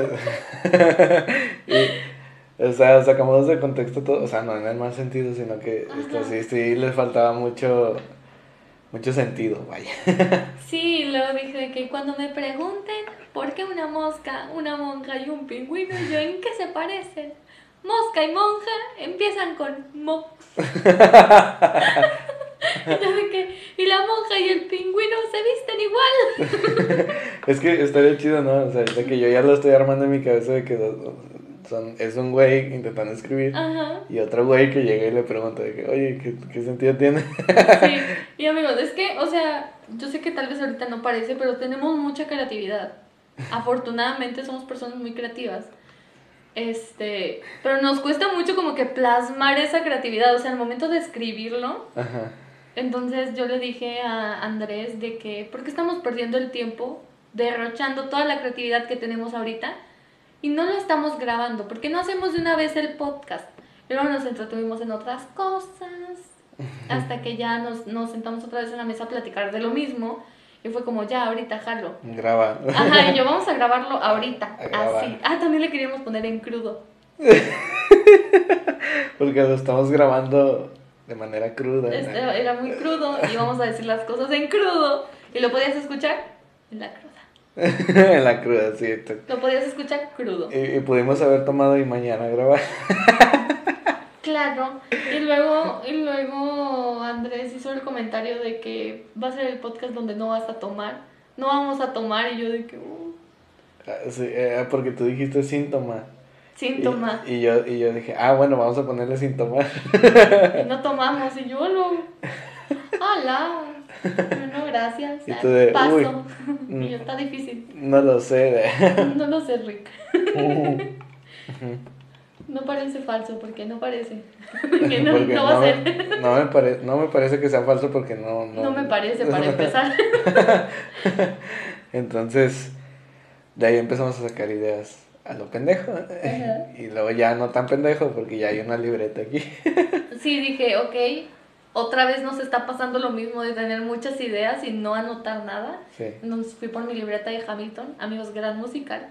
S1: Y, o sea, sacamos de contexto todo, o sea, no en el mal sentido, sino que esto,
S2: Ajá.
S1: sí, sí le faltaba mucho, mucho sentido, vaya.
S2: Sí, luego dije de que cuando me pregunten por qué una mosca, una monja y un pingüino, yo en qué se parecen. Mosca y monja empiezan con mo. Y yo de que, y la monja y el pingüino se visten igual.
S1: Es que estaría chido, ¿no? O sea, de que yo ya lo estoy armando en mi cabeza de que son, es un güey intentando escribir
S2: Ajá.
S1: y otro güey que llega y le pregunta de que, oye, ¿qué, qué sentido tiene?
S2: Sí. Y amigos, es que, o sea, yo sé que tal vez ahorita no parece, pero tenemos mucha creatividad. Afortunadamente somos personas muy creativas. Este, pero nos cuesta mucho como que plasmar esa creatividad, o sea, al momento de escribirlo.
S1: Ajá.
S2: Entonces yo le dije a Andrés de que, ¿por qué estamos perdiendo el tiempo derrochando toda la creatividad que tenemos ahorita y no lo estamos grabando? ¿Por qué no hacemos de una vez el podcast? Y luego nos entretuvimos en otras cosas hasta que ya nos, nos sentamos otra vez en la mesa a platicar de lo mismo y fue como, ya, ahorita jalo.
S1: Graba.
S2: Ajá, y yo vamos a grabarlo ahorita,
S1: A grabar.
S2: así. Ah, también le queríamos poner en crudo.
S1: Porque lo estamos grabando de manera cruda.
S2: Este, era muy crudo y vamos a decir las cosas en crudo. Y lo podías escuchar en la cruda.
S1: En la cruda, sí. exacto.
S2: Lo podías escuchar crudo.
S1: Y, y pudimos haber tomado y mañana grabar.
S2: Claro. Y luego, y luego Andrés hizo el comentario de que va a ser el podcast donde no vas a tomar. No vamos a tomar. Y yo de que, uh,
S1: Ah, sí, eh, porque tú dijiste síntoma.
S2: síntoma.
S1: Y, y, yo, y yo dije, ah, bueno, vamos a ponerle síntoma.
S2: Y no tomamos. Y yo lo. ¡Hala! No, gracias.
S1: Y tú de,
S2: Paso.
S1: uy.
S2: Y yo, está difícil.
S1: No lo sé.
S2: No lo sé, Rick. No parece falso, porque no parece. Porque no,
S1: Porque
S2: no va a
S1: no,
S2: ser.
S1: me- no, me pare- no me parece que sea falso porque no, no.
S2: No me parece, para empezar.
S1: Entonces, de ahí empezamos a sacar ideas a lo pendejo.
S2: Ajá.
S1: Y luego ya no tan pendejo porque ya hay una libreta aquí.
S2: Sí, dije, ok, otra vez nos está pasando lo mismo de tener muchas ideas y no anotar nada.
S1: Sí.
S2: Nos fui por mi libreta de Hamilton, amigos, gran musical.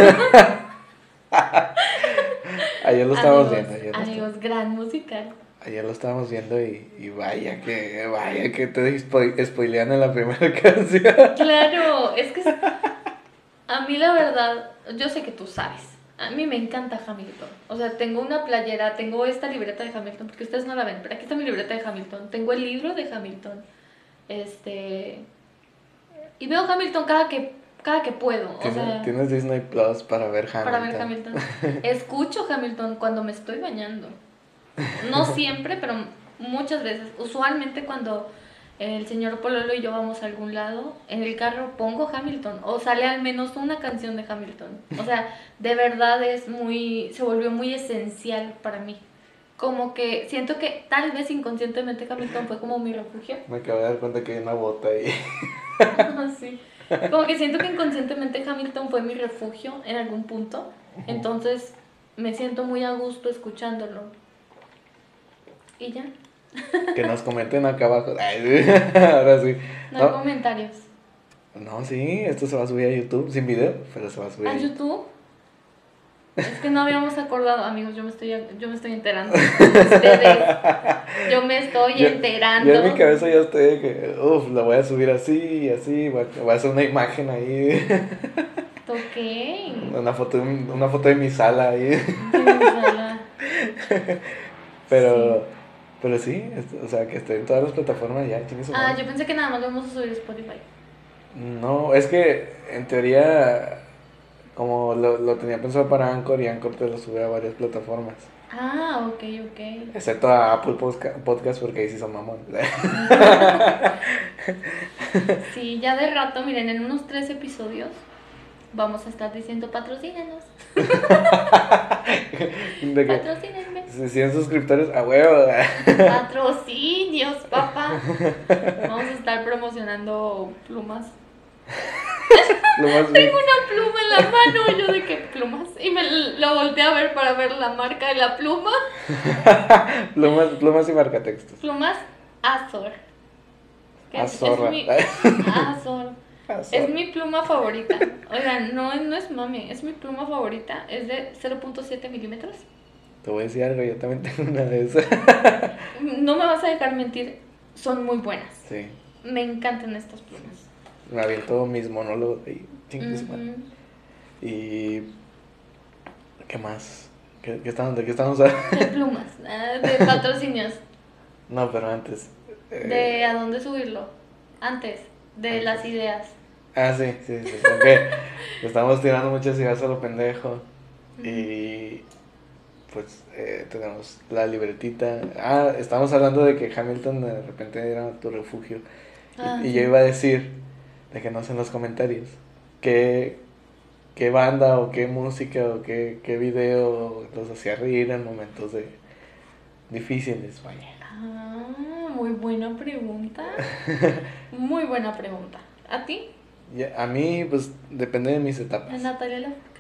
S1: Ayer lo estábamos
S2: Amigos,
S1: viendo. Ayer lo,
S2: amigos, gran musical.
S1: está- ayer lo estábamos viendo y, y vaya que, vaya que te spo- spoilean en la primera canción.
S2: Claro, es que es- a mí la verdad, yo sé que tú sabes, a mí me encanta Hamilton. O sea, tengo una playera, tengo esta libreta de Hamilton, porque ustedes no la ven, pero aquí está mi libreta de Hamilton. Tengo el libro de Hamilton. Este... Y veo Hamilton cada que, cada que puedo. O
S1: ¿Tienes,
S2: sea,
S1: tienes Disney Plus para ver Hamilton?
S2: para ver Hamilton. Escucho Hamilton cuando me estoy bañando. No siempre, pero muchas veces. Usualmente cuando el señor Pololo y yo vamos a algún lado, en el carro pongo Hamilton o sale al menos una canción de Hamilton. O sea, de verdad es muy, se volvió muy esencial para mí. Como que siento que tal vez inconscientemente Hamilton fue como mi refugio.
S1: Me acabo de dar cuenta que hay una bota ahí.
S2: Sí. Como que siento que inconscientemente Hamilton fue mi refugio en algún punto. Entonces me siento muy a gusto escuchándolo. Y ya.
S1: Que nos comenten acá abajo. Ay, sí. Ahora sí.
S2: No hay comentarios.
S1: No, sí, esto se va a subir a YouTube sin video, pero se va a subir
S2: ¿A
S1: ahí.
S2: YouTube? Es que no habíamos acordado, amigos, yo me estoy, yo me estoy enterando. Ustedes, yo me estoy
S1: Yo-
S2: enterando.
S1: Yo en mi cabeza ya estoy de que, uff, lo voy a subir así, así, voy a, voy a hacer una imagen ahí,
S2: Ok.
S1: una foto, de un- una foto de mi sala ahí.
S2: Ojalá.
S1: Pero, pero sí, es- o sea, que esté en todas las plataformas ya, chingue su
S2: Ah,
S1: madre.
S2: yo pensé que nada más lo íbamos a subir a Spotify.
S1: No, es que en teoría, como lo, lo tenía pensado para Anchor y Anchor te lo sube a varias plataformas.
S2: Ah, ok, ok.
S1: Excepto a Apple Posca- Podcast porque ahí sí son mamón.
S2: Sí, ya de rato, miren, en unos tres episodios vamos a estar diciendo patrocínenos.
S1: De que,
S2: Patrocínenme.
S1: si cien suscriptores, a huevo.
S2: Patrocinios, papá. Vamos a estar promocionando plumas.
S1: Lo más
S2: Tengo una pluma en la mano, y yo de qué plumas. Y me lo volteé a ver para ver la marca de la pluma.
S1: plumas, plumas y marcatextos.
S2: Plumas Azor. Que es, es
S1: Azorra.
S2: mi Azor.
S1: Azor.
S2: Es mi pluma favorita. Oigan, no, no es mami, es mi pluma favorita. Es de cero punto siete milímetros.
S1: Te voy a decir algo, yo también tengo una de esas.
S2: No me vas a dejar mentir, son muy buenas.
S1: Sí.
S2: Me encantan estas plumas.
S1: Me aviento mis monólogos ahí. Chingue su madre.
S2: Ujú.
S1: Y. ¿Qué más? ¿Qué, qué estamos, ¿De qué estamos hablando?
S2: De plumas, ah, de patrocinios.
S1: No, pero antes. eh,
S2: De a dónde subirlo. Antes, de
S1: Antes.
S2: las ideas.
S1: Ah, sí, sí, sí. Porque estamos tirando muchas ideas a lo pendejo. Y. Pues eh, tenemos la libretita. Ah, estamos hablando de que Hamilton de repente era tu refugio. Y,
S2: Ah,
S1: y
S2: sí.
S1: yo iba a decir, déjenos en los comentarios, qué, qué banda o qué música o qué, qué video los hacía reír en momentos de difíciles, vaya.
S2: Ah, muy buena pregunta. Muy buena pregunta. ¿A ti?
S1: Y a mí, pues, depende de mis
S2: A
S1: etapas.
S2: Natalia Lafourcade.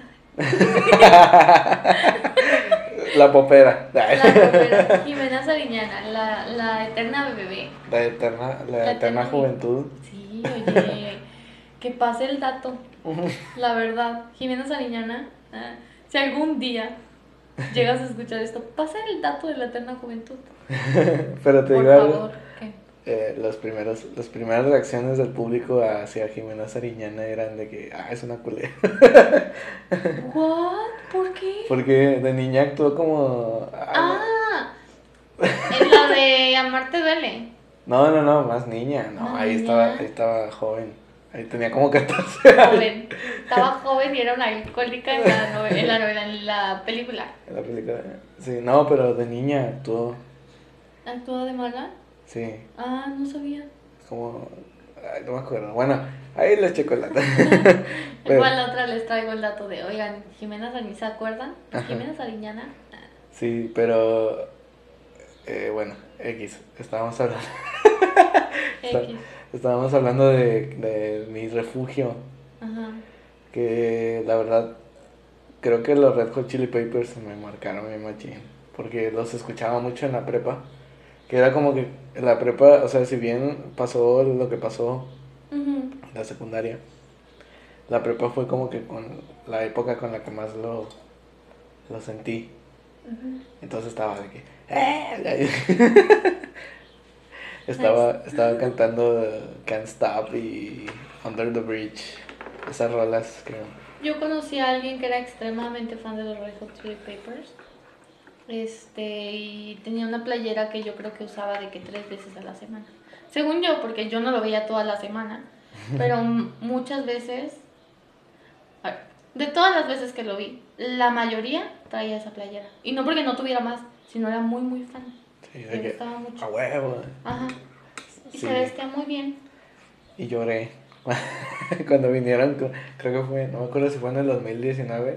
S1: La popera.
S2: La popera. Jimena Sariñana, la, la eterna bebé.
S1: La eterna, la
S2: La
S1: eterna
S2: eterna
S1: juventud.
S2: Sí, oye, que pase el dato. La verdad, Jimena Sariñana, ah, si algún día llegas a escuchar esto, pasa el dato de la eterna juventud.
S1: Pero te
S2: Por
S1: digo algo,
S2: favor. ¿Qué?
S1: eh, los primeros, las primeras reacciones del público hacia Jimena Sariñana eran de que, ah, es una culera.
S2: ¿What? ¿Por qué?
S1: Porque de niña actuó como...
S2: Ah, en la de Amarte duele.
S1: No, no, no, más niña. No,
S2: Más
S1: ahí
S2: niña.
S1: estaba, ahí estaba joven. Ahí tenía como catorce años
S2: Joven. Estaba joven y era una alcohólica en la novela, en la, novela, en la película.
S1: en la película. Sí, no, pero de niña actuó.
S2: ¿Actúa de mala?
S1: Sí,
S2: Ah, no sabía.
S1: como... Ay, no me acuerdo. Bueno, ahí les checo el dato. Pero,
S2: Igual la otra les traigo el dato de, oigan, Jimena Sariñana, ¿se acuerdan? Pues
S1: ajá,
S2: Jimena Sariñana.
S1: sí, pero eh, bueno, X, estábamos hablando, está-
S2: X.
S1: estábamos hablando de, de mi refugio,
S2: Ajá.
S1: que la verdad creo que los Red Hot Chili Peppers me marcaron mi machín, porque los escuchaba mucho en la prepa, que era como que en la prepa, o sea, si bien pasó lo que pasó
S2: Ujú.
S1: en la secundaria, la prepa fue como que con la época con la que más lo, lo sentí.
S2: Ujú.
S1: Entonces estaba de que... "Eh",
S2: Nice.
S1: estaba, estaba cantando eh, Can't Stop y Under the Bridge. Esas rolas que...
S2: Yo conocí a alguien que era extremadamente fan de los Red Hot Chili Peppers. Este, y tenía una playera que yo creo que usaba de que tres veces a la semana. Según yo, porque yo no lo veía toda la semana. Pero m- muchas veces, a ver, de todas las veces que lo vi, la mayoría traía esa playera. Y no porque no tuviera más, sino era muy, muy fan.
S1: Sí, de
S2: Le
S1: que...
S2: gustaba mucho.
S1: A huevo.
S2: Ajá. Y se
S1: Sí.
S2: vestía muy bien.
S1: Y lloré. Cuando vinieron, co- creo que fue... No me acuerdo si fue en el dos mil diecinueve.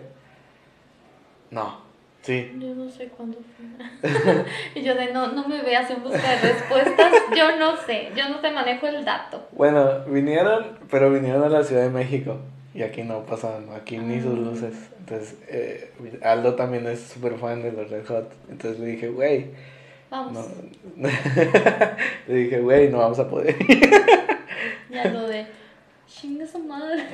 S1: No. Sí.
S2: Yo no sé cuándo fue. Y yo de no, no me veas en busca de respuestas. Yo no sé. Yo no te manejo el dato.
S1: Bueno, vinieron, pero vinieron a la Ciudad de México. Y aquí no pasaban, aquí ni sus
S2: Ah,
S1: luces. Entonces, eh, Aldo también es súper fan de los Red Hot. Entonces le dije, güey, no.
S2: vamos.
S1: Le dije, güey, no vamos a poder.
S2: Ya lo de chinga su madre.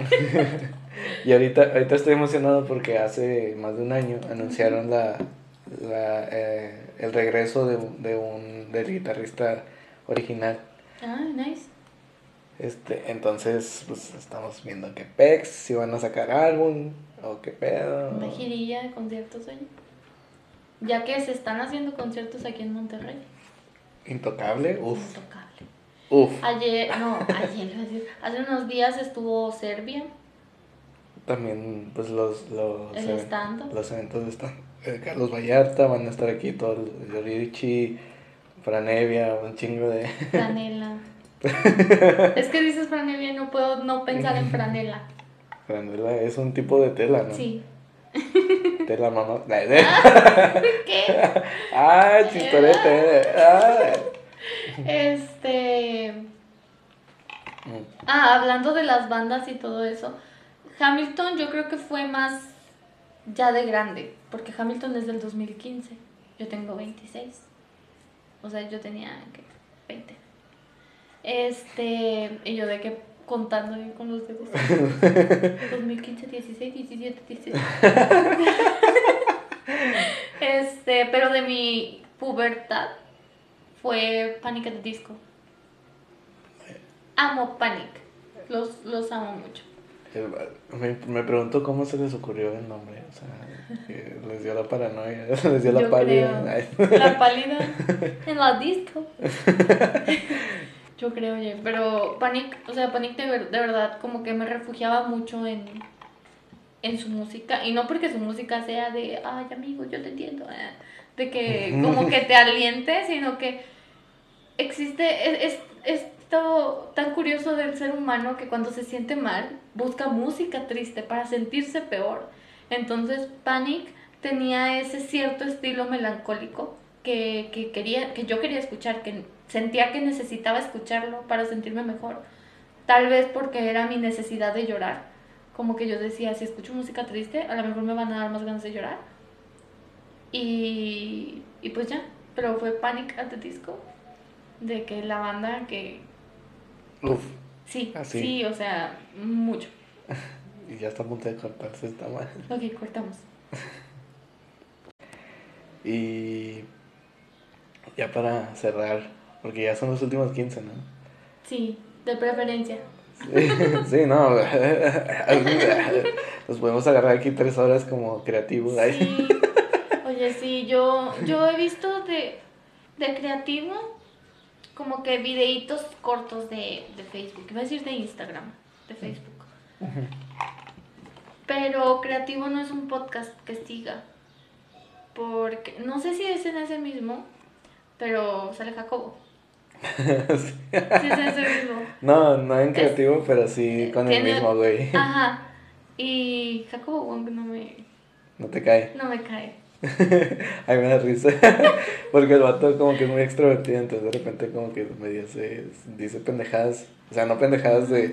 S1: Y ahorita, ahorita estoy emocionado porque hace más de un año
S2: Ujú.
S1: anunciaron la, la, eh, el regreso de, un- de un, del guitarrista original.
S2: Ah, nice.
S1: Este, entonces, pues estamos viendo qué pex, si van a sacar álbum o qué pedo.
S2: Una girilla de conciertos, oye. Ya que se están haciendo conciertos aquí en Monterrey.
S1: Intocable, uff,
S2: Intocable.
S1: uff.
S2: Ayer, no, ayer, iba a decir, hace unos días estuvo Serbia,
S1: También, pues los, los,
S2: el
S1: even-
S2: stand-up.
S1: los eventos están. eh, Carlos Vallarta, van a estar aquí todos, los Richie, Franevia, un chingo de.
S2: Franela. Es que dices franela y no puedo no pensar en franela.
S1: Franela es un tipo de tela, ¿no?
S2: Sí.
S1: Tela mamá.
S2: ¿Qué?
S1: Ah, chistorete. Ah.
S2: Este.
S1: Mm.
S2: Ah, hablando de las bandas y todo eso. Hamilton yo creo que fue más ya de grande. Porque Hamilton es del dos mil quince. Yo tengo veintiséis. O sea, yo tenía ¿qué? veinte. Este. Y yo de que contando ahí con los dedos. dos mil quince, dieciséis, diecisiete, dieciocho. Este, pero de mi pubertad fue Panic at the Disco. Amo Panic. Los, los amo mucho.
S1: Me, me pregunto cómo se les ocurrió el nombre. O sea, que les dio la paranoia, les dio la
S2: Yo
S1: pálida.
S2: creo.
S1: Ay.
S2: La pálida en la disco. Yo creo, oye. Pero Panic, o sea, Panic de, ver- de verdad como que me refugiaba mucho en, en su música. Y no porque su música sea de, ay, amigo, yo te entiendo. eh, De que como que te aliente, sino que existe, es, es esto tan curioso del ser humano que cuando se siente mal busca música triste para sentirse peor. Entonces Panic tenía ese cierto estilo melancólico que, que, quería, que yo quería escuchar, que sentía que necesitaba escucharlo para sentirme mejor. Tal vez porque era mi necesidad de llorar. Como que yo decía, si escucho música triste, a lo mejor me van a dar más ganas de llorar. Y, y pues ya, pero fue Panic at the Disco de que la banda que
S1: Uf,
S2: sí,
S1: así.
S2: sí, o sea, mucho.
S1: Y ya está a punto de cortarse esta mal.
S2: Ok, cortamos.
S1: Y ya para cerrar, porque ya son los últimos quince, ¿no?
S2: Sí, de preferencia.
S1: Sí, sí, no. Nos podemos agarrar aquí tres horas como creativos. Ay.
S2: Sí, oye, sí, yo, yo he visto de, de creativo como que videitos cortos de, de Facebook, iba a decir de Instagram, de Facebook. Pero creativo no es un podcast que siga, porque no sé si es en ese mismo, pero sale Jacobo.
S1: Sí.
S2: Sí, es ese mismo.
S1: No, no en
S2: Es,
S1: creativo, pero sí con el
S2: tiene,
S1: mismo, güey.
S2: ajá. Y Jacobo Wong no me,
S1: No te cae.
S2: no me cae.
S1: A mí me da risa. Porque el vato como que es muy extrovertido, entonces de repente como que medio se dice pendejadas. O sea, no pendejadas
S2: Ujú.
S1: de.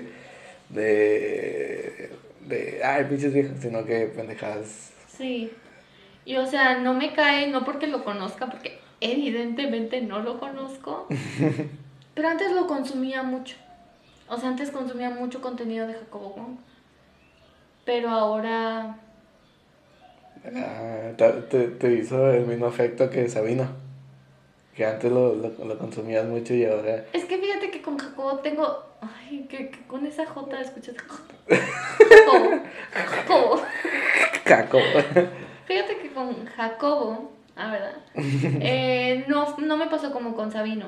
S1: de. de. Ay, pinches viejas, sino que pendejadas.
S2: Sí. Y o sea, no me cae, no porque lo conozca, porque evidentemente no lo conozco, pero antes lo consumía mucho. O sea, antes consumía mucho contenido de Jacobo Wong, pero ahora no.
S1: Ah, te, te, te hizo el mismo efecto que Sabino. Que antes lo, lo, lo consumías mucho y ahora.
S2: Es que fíjate que con Jacobo tengo. Ay, que, que con esa J escuchas. Jacobo. Jacobo.
S1: Caco.
S2: Fíjate que con Jacobo, ah, ¿verdad? Eh, no, no me pasó como con Sabino.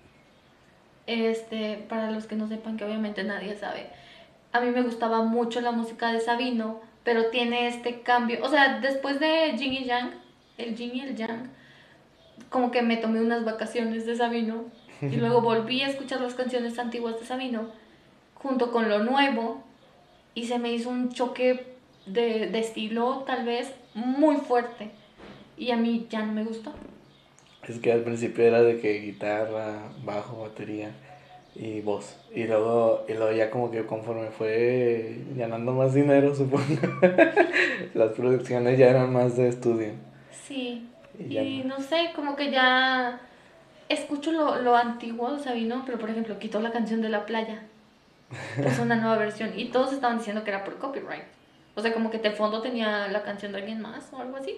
S2: Este, para los que no sepan, que obviamente nadie sabe. A mí me gustaba mucho la música de Sabino, pero tiene este cambio. O sea, después de Jing y Yang, el Jing y el Yang, como que me tomé unas vacaciones de Sabino y luego volví a escuchar las canciones antiguas de Sabino junto con lo nuevo y se me hizo un choque de, de estilo tal vez muy fuerte y a mí ya no me gustó.
S1: Es que al principio era de que guitarra, bajo, batería y voz. Y luego, y luego ya como que conforme fue ganando más dinero, supongo, las producciones ya eran más de estudio.
S2: Sí,
S1: Y ya
S2: y
S1: no.
S2: no sé, como que ya escucho lo, lo antiguo de Sabino, pero por ejemplo quitó la canción de la playa, puso una nueva versión y todos estaban diciendo que era por copyright. O sea, como que de fondo tenía la canción de alguien más o algo así.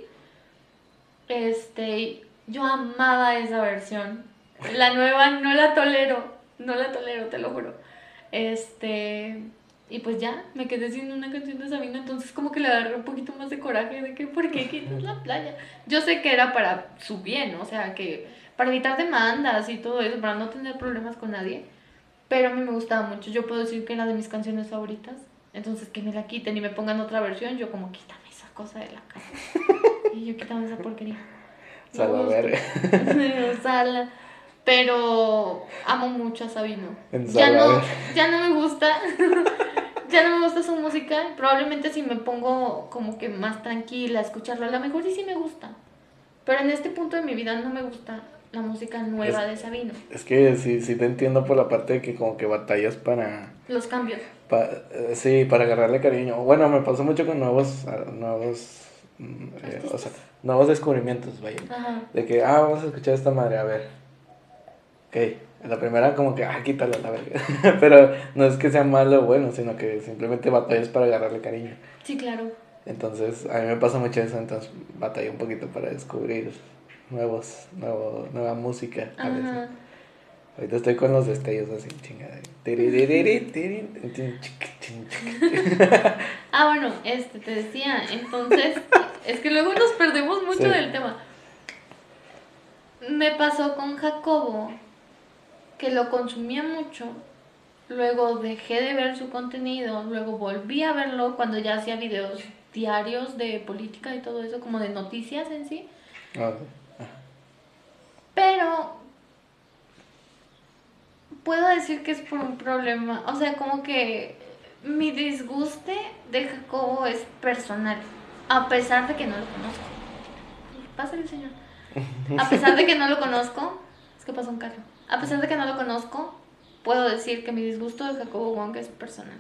S2: Este, yo amaba esa versión. La nueva no la tolero, no la tolero, te lo juro. Este, y pues ya, me quedé sin una canción de Sabina, entonces como que le agarré un poquito más de coraje de que, ¿por qué quitas la playa? Yo sé que era para su bien, o sea, que para evitar demandas y todo eso, para no tener problemas con nadie, pero a mí me gustaba mucho, yo puedo decir que era de mis canciones favoritas, entonces que me la quiten y me pongan otra versión, yo como, quítame esa cosa de la casa. Y yo quitaba esa porquería. No me gusta.
S1: Salaverga.
S2: Sala. Pero amo mucho a Sabino.
S1: En
S2: Ya
S1: Salaver.
S2: no, ya no me gusta. Ya no me gusta su música. Probablemente si me pongo como que más tranquila a escucharlo, a lo mejor sí sí me gusta. Pero en este punto de mi vida no me gusta la música
S1: Es,
S2: nueva de Sabino.
S1: es que sí, sí te entiendo por la parte de que como que batallas para.
S2: Los cambios.
S1: Pa, eh, sí, para agarrarle cariño. Bueno, me pasó mucho con nuevos, ah, nuevos, mm, eh, o sea,
S2: Artistas.
S1: nuevos descubrimientos, vaya.
S2: Ajá.
S1: De que, ah, vamos a escuchar esta madre, a ver. Ok, la primera como que, ah, quítala la verga. Pero no es que sea malo o bueno, sino que simplemente batallas para agarrarle cariño.
S2: Sí, claro.
S1: Entonces, a mí me pasa mucho eso, entonces batallé un poquito para descubrir nuevos, nuevo, nueva música a veces.
S2: Ajá.
S1: Ahorita estoy con los destellos así, chingada.
S2: Ah, bueno, este, te decía, entonces, es que luego nos perdemos mucho
S1: Sí.
S2: del tema. Me pasó con Jacobo, que lo consumía mucho, luego dejé de ver su contenido, luego volví a verlo cuando ya hacía videos diarios de política y todo eso, como de noticias en sí,
S1: Ah,
S2: pero puedo decir que es por un problema, o sea, como que mi disguste de Jacobo es personal, a pesar de que no lo conozco. Pásale, señor. A pesar de que no lo conozco, es que pasó un carro. A pesar de que no lo conozco, puedo decir que mi disgusto de Jacobo Wong es personal.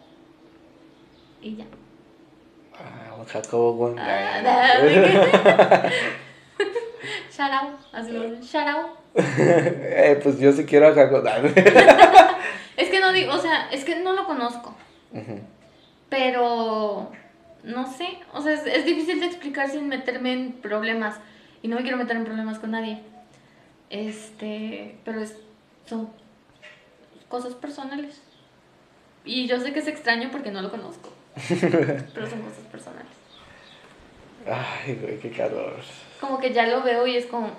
S2: Y ya.
S1: ah, un Jacobo Wong.
S2: Ah,
S1: Ay.
S2: dame. Shout out. Así lo hacen. Shout out.
S1: Eh, pues yo sí quiero a Jacobo.
S2: Es que no digo, o sea, es que no lo conozco.
S1: Ujú.
S2: Pero no sé. O sea, es, es difícil de explicar sin meterme en problemas. Y no me quiero meter en problemas con nadie. Este. Pero es, son cosas personales. Y yo sé que es extraño porque no lo conozco. Pero son cosas personales.
S1: Ay, güey, qué calor.
S2: Como que ya lo veo y es como.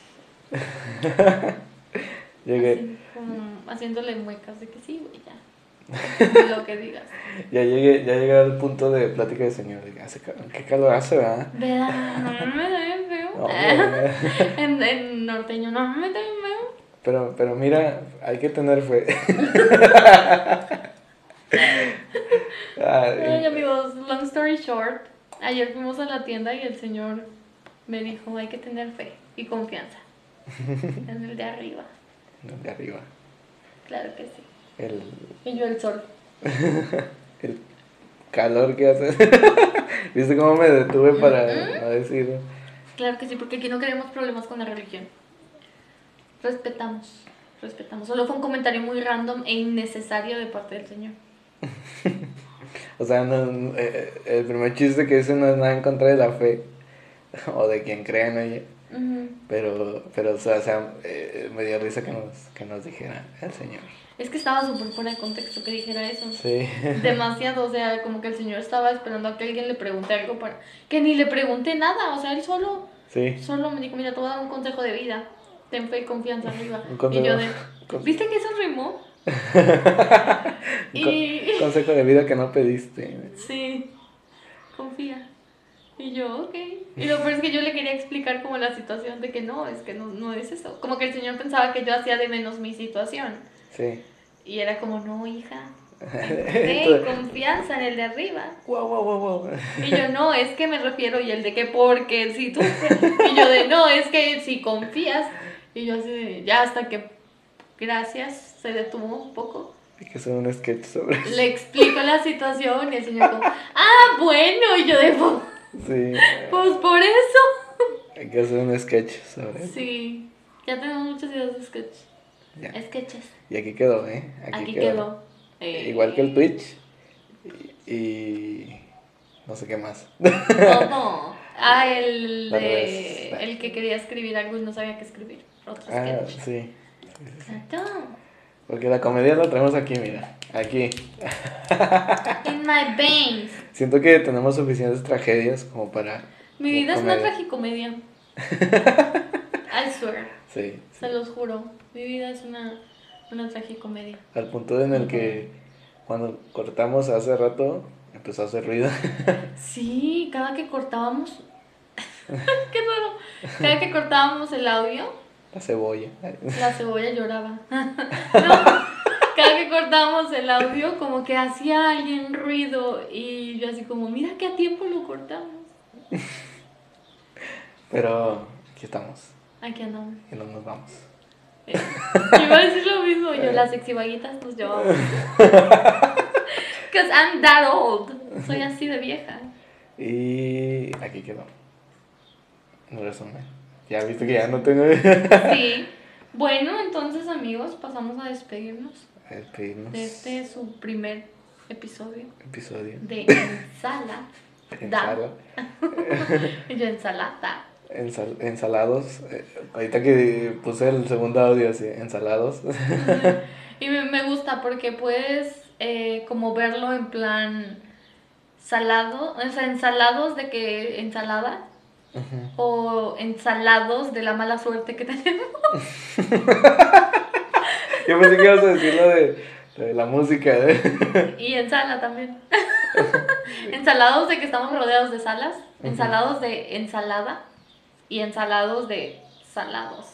S1: Llegué,
S2: Así, como haciéndole muecas de que sí, güey, ya. Lo que digas.
S1: ya llegué, ya llegué al punto de plática de señor. De que hace calor, qué calor hace, ¿verdad?
S2: ¿Verdad? No me da bien feo.
S1: No, hombre.
S2: en, en norteño, no me da bien feo.
S1: Pero, pero mira, hay que tener fe.
S2: Ay,
S1: Ay,
S2: amigos, long story short, ayer fuimos a la tienda y el señor me dijo, hay que tener fe y confianza en el de arriba.
S1: de arriba.
S2: Claro que sí.
S1: El,
S2: Y yo el sol.
S1: el calor que hace. ¿Viste cómo me detuve para
S2: Mm-mm.
S1: no decir?
S2: Claro que sí, porque aquí no queremos problemas con la religión. Respetamos, respetamos. Solo fue un comentario muy random e innecesario de parte del señor.
S1: O sea, no, eh, el primer chiste que hice no es nada en contra de la fe o de quien crea en ella.
S2: Ujú.
S1: Pero, pero o sea, o sea, eh, me dio risa que nos, que nos dijera el señor.
S2: Es que estaba súper fuera de contexto que dijera eso.
S1: Sí.
S2: Demasiado, o sea, como que el señor estaba esperando a que alguien le pregunte algo para... Que ni le pregunté nada, o sea, él solo,
S1: Sí.
S2: solo me dijo, mira, te voy a dar un consejo de vida. Ten fe y confianza arriba.
S1: Un consejo.
S2: Y yo de...
S1: Con-
S2: ¿Viste que eso rimó?
S1: un
S2: Y...
S1: con- consejo de vida que no pediste.
S2: Sí, confía. Y yo, ok. Y lo peor es que yo le quería explicar como la situación de que no, es que no, no es eso. Como que el señor pensaba que yo hacía de menos mi situación.
S1: Sí.
S2: Y era como, no, hija, hey, confianza en el de arriba.
S1: Guau, guau, guau, guau.
S2: Y yo, no, es que me refiero, y el de que porque si tú... Y yo de, no, es que si confías. Y yo así de, ya hasta que, gracias, se detuvo un poco.
S1: Hay que hacer un sketch sobre eso.
S2: Le explico la situación y el señor como, ah, bueno, y yo de,
S1: Sí.
S2: pues por eso.
S1: Hay que hacer un sketch sobre eso.
S2: Sí, ya tenemos muchas ideas de sketch.
S1: Ya.
S2: Sketches.
S1: Y aquí quedó, ¿eh?
S2: Aquí quedó. Eh,
S1: Igual que el Twitch. Y, y no sé qué más.
S2: Todo. Ah, el
S1: Las
S2: de,
S1: redes.
S2: el que quería escribir algo y no sabía qué escribir. Otro
S1: Ah,
S2: sketch.
S1: sí. Sí, sí, sí.
S2: Exacto.
S1: Porque la comedia la traemos aquí, mira. Aquí.
S2: In my veins.
S1: Siento que tenemos suficientes tragedias como para.
S2: Mi
S1: como
S2: vida es una
S1: comedia.
S2: tragicomedia. I swear.
S1: Sí, sí.
S2: Se los juro. Mi vida es una, una tragicomedia.
S1: Al punto en el que cuando cortamos hace rato empezó a hacer ruido.
S2: Sí, cada que cortábamos. Qué raro. Cada que cortábamos el audio,
S1: La cebolla.
S2: la cebolla lloraba. No, cada que cortábamos el audio, como que hacía alguien ruido. Y yo así como, mira que a tiempo lo cortamos.
S1: Pero aquí estamos.
S2: Aquí andamos.
S1: Y no nos vamos.
S2: Eh, yo iba a decir lo mismo. Yo, las sexivaguitas nos llevamos. Because I'm that old. Soy así de vieja.
S1: Y aquí quedó. En resumen. Ya viste que ya no tengo.
S2: Sí. Bueno, entonces amigos, pasamos a despedirnos
S1: A despedirnos.
S2: de este su primer episodio
S1: Episodio.
S2: de Ensala.
S1: Ensala.
S2: Yo ensalada.
S1: Ensal- ensalados. Eh, ahorita que puse el segundo audio así, ensalados.
S2: Y me, me gusta porque puedes eh, como verlo en plan salado, o sea, ensalados de que ensalada
S1: Ujú.
S2: o ensalados de la mala suerte que tenemos.
S1: Yo pensé que ibas a decir lo de, lo de la música. ¿eh?
S2: Y ensala también. Ensalados de que estamos rodeados de salas, ensalados de ensalada y ensalados de salados.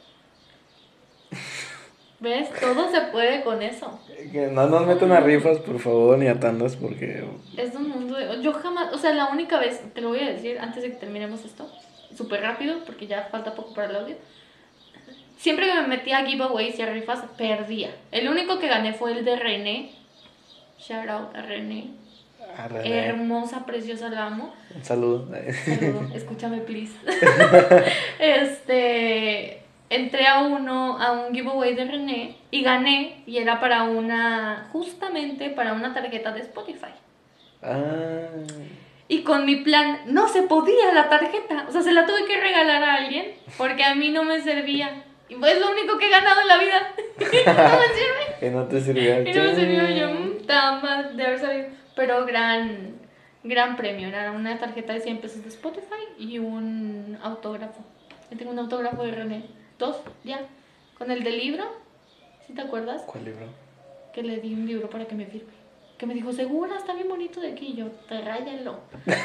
S2: ¿Ves? Todo se puede con eso.
S1: Que no nos metan a rifas, por favor, ni a tandas, porque.
S2: Es un mundo de... Yo jamás, o sea, la única vez, te lo voy a decir antes de que terminemos esto, súper rápido, porque ya falta poco para el audio. Siempre que me metía a giveaways y a rifas, perdía. El único que gané fue el de René. Shout out a René.
S1: A René,
S2: Hermosa, preciosa, la amo.
S1: un saludo.
S2: Saludo, escúchame, please. Este... Entré a uno, a un giveaway de René y gané, y era para una, justamente para una tarjeta de Spotify.
S1: Ah,
S2: Y con mi plan no se podía la tarjeta, o sea, se la tuve que regalar a alguien porque a mí no me servía. Y fue lo único que he ganado en la vida. Y no me sirve.
S1: y no te sirvió.
S2: Y no me sirvió, yo, mm, tama, de haber sabido. Pero gran, gran premio, era una tarjeta de cien pesos de Spotify y un autógrafo. Yo tengo un autógrafo de René. Dos, ya. Con el del libro, ¿sí te acuerdas?
S1: ¿Cuál libro?
S2: Que le di un libro para que me firme. Que me dijo, segura, está bien bonito de aquí. Y yo, te ráyalo.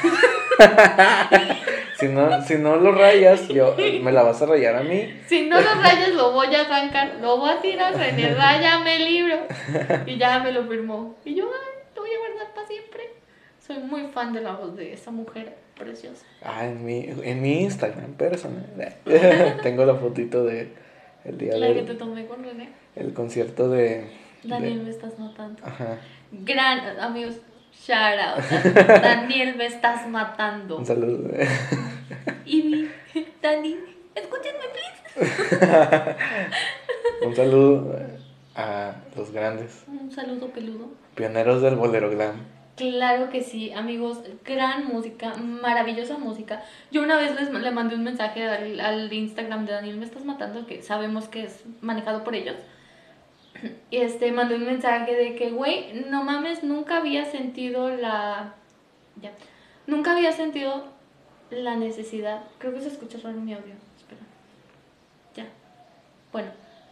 S1: Si no, si no lo rayas, yo, me la vas a rayar a mí.
S2: Si no lo rayas, lo voy a arrancar. Lo voy a tirar, René, ráyame el libro. Y ya me lo firmó. Y yo, ay, lo voy a guardar para siempre. Soy muy fan de la voz de esa mujer preciosa.
S1: Ah, en mi, en mi Instagram personal. Tengo la fotito de el día
S2: La
S1: del
S2: que te tomé con René.
S1: el concierto de...
S2: Daniel,
S1: de-
S2: me estás matando.
S1: Ajá.
S2: Gran, amigos, shout out. Daniel, me estás matando.
S1: Un saludo.
S2: Ivy, Dani, escúchenme, please.
S1: Un saludo a los grandes
S2: Un saludo peludo.
S1: pioneros del bolero glam.
S2: Claro que sí, amigos, gran música, maravillosa música. Yo una vez les, le mandé un mensaje al, al Instagram de Daniel, me estás matando, que sabemos que es manejado por ellos. Y este, mandé un mensaje de que, güey, no mames, nunca había sentido la... Ya. Nunca había sentido la necesidad... Creo que se escucha raro mi audio, espera. Ya. Bueno.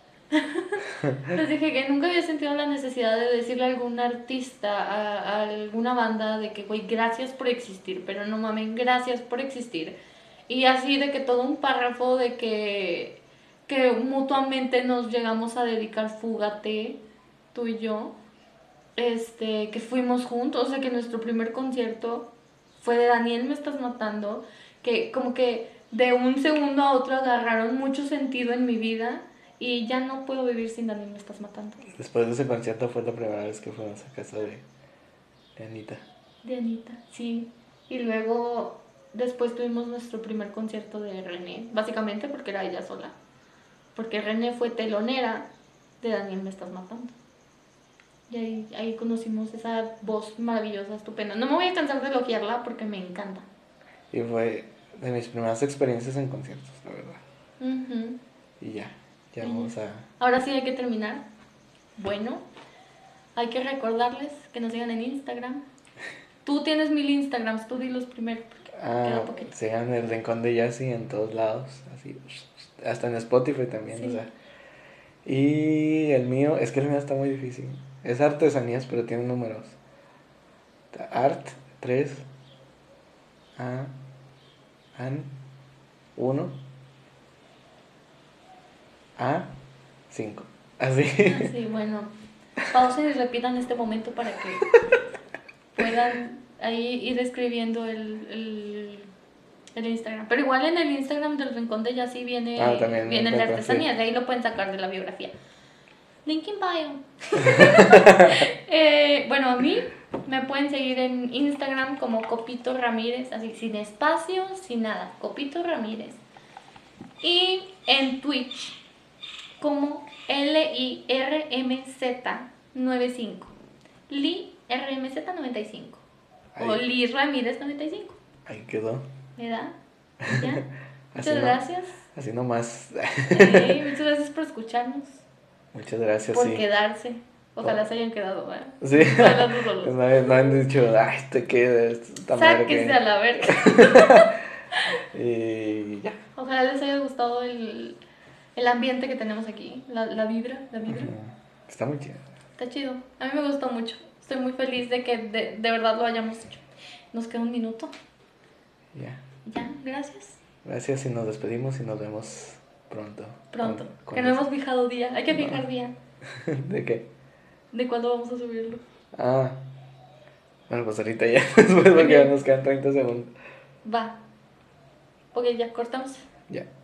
S2: Les dije que nunca había sentido la necesidad de decirle a algún artista, a, a alguna banda, de que, güey, gracias por existir, pero no mames, gracias por existir. Y así de que todo un párrafo de que, que mutuamente nos llegamos a dedicar Fúgate, tú y yo, este, que fuimos juntos, o sea, que nuestro primer concierto fue de Daniel, me estás matando, que como que de un segundo a otro agarraron mucho sentido en mi vida. Y ya no puedo vivir sin Daniel, me estás matando.
S1: Después de ese concierto fue la primera vez que fuimos a casa de, de Anita.
S2: De Anita, sí. Y luego, después tuvimos nuestro primer concierto de René, básicamente porque era ella sola. Porque René fue telonera de Daniel, me estás matando. Y ahí, ahí conocimos esa voz maravillosa, estupenda. No me voy a cansar de elogiarla porque me encanta.
S1: Y fue de mis primeras experiencias en conciertos, la verdad.
S2: Uh-huh.
S1: Y ya, ya
S2: Ujú.
S1: vamos a...
S2: Ahora sí hay que terminar. Bueno, hay que recordarles que nos sigan en Instagram. Tú tienes mil Instagrams, tú dilos primero. Porque
S1: Ah,
S2: queda poquito.
S1: sigan el Rincón de Yassi en todos lados, así, hasta en Spotify también,
S2: Sí.
S1: o sea. Y el mío, es que el mío está muy difícil. Es artesanías, pero tiene números. Art tres A An uno A cinco. Así.
S2: Ah, sí, bueno. Pausen y repitan este momento para que puedan ahí ir escribiendo el, el, el Instagram. Pero igual en el Instagram del Rincón de Yassi viene,
S1: Ah, también
S2: viene la
S1: encuentro,
S2: artesanía,
S1: sí.
S2: de ahí lo pueden sacar de la biografía. Link in bio. eh, bueno, a mí me pueden seguir en Instagram como Copito Ramírez, así sin espacio, sin nada, Copito Ramírez. Y en Twitch como L I R M Z noventa y cinco. Li R M Z noventa y cinco. O
S1: Ahí.
S2: Li Ramírez noventa y cinco.
S1: Ahí quedó.
S2: ¿Verdad? ¿Ya?
S1: Así
S2: Muchas
S1: no-
S2: gracias.
S1: Así nomás.
S2: Sí, muchas gracias por escucharnos.
S1: Muchas gracias,
S2: Por
S1: sí.
S2: quedarse. Ojalá se hayan quedado, ¿verdad?
S1: Sí.
S2: Hablando solos.
S1: No, no han dicho, ay, te quedas. esta madre
S2: Sáquense
S1: que-".
S2: a la verga.
S1: Y ya.
S2: Ojalá les haya gustado el, el ambiente que tenemos aquí. La, la vibra, la vibra.
S1: Ujú. Está muy chido.
S2: Está chido. A mí me gustó mucho. Estoy muy feliz de que de, de verdad lo hayamos hecho. Nos queda un minuto.
S1: Ya.
S2: Ya, gracias.
S1: Gracias y nos despedimos y nos vemos pronto.
S2: Pronto.
S1: Con- con
S2: que no
S1: eso.
S2: hemos fijado día. Hay que
S1: No.
S2: fijar día.
S1: ¿De qué?
S2: ¿De cuándo vamos a subirlo?
S1: Ah. Bueno, pues ahorita ya. Después porque ya
S2: Ok.
S1: nos quedan treinta segundos.
S2: Va. Ok, ya cortamos.
S1: Ya.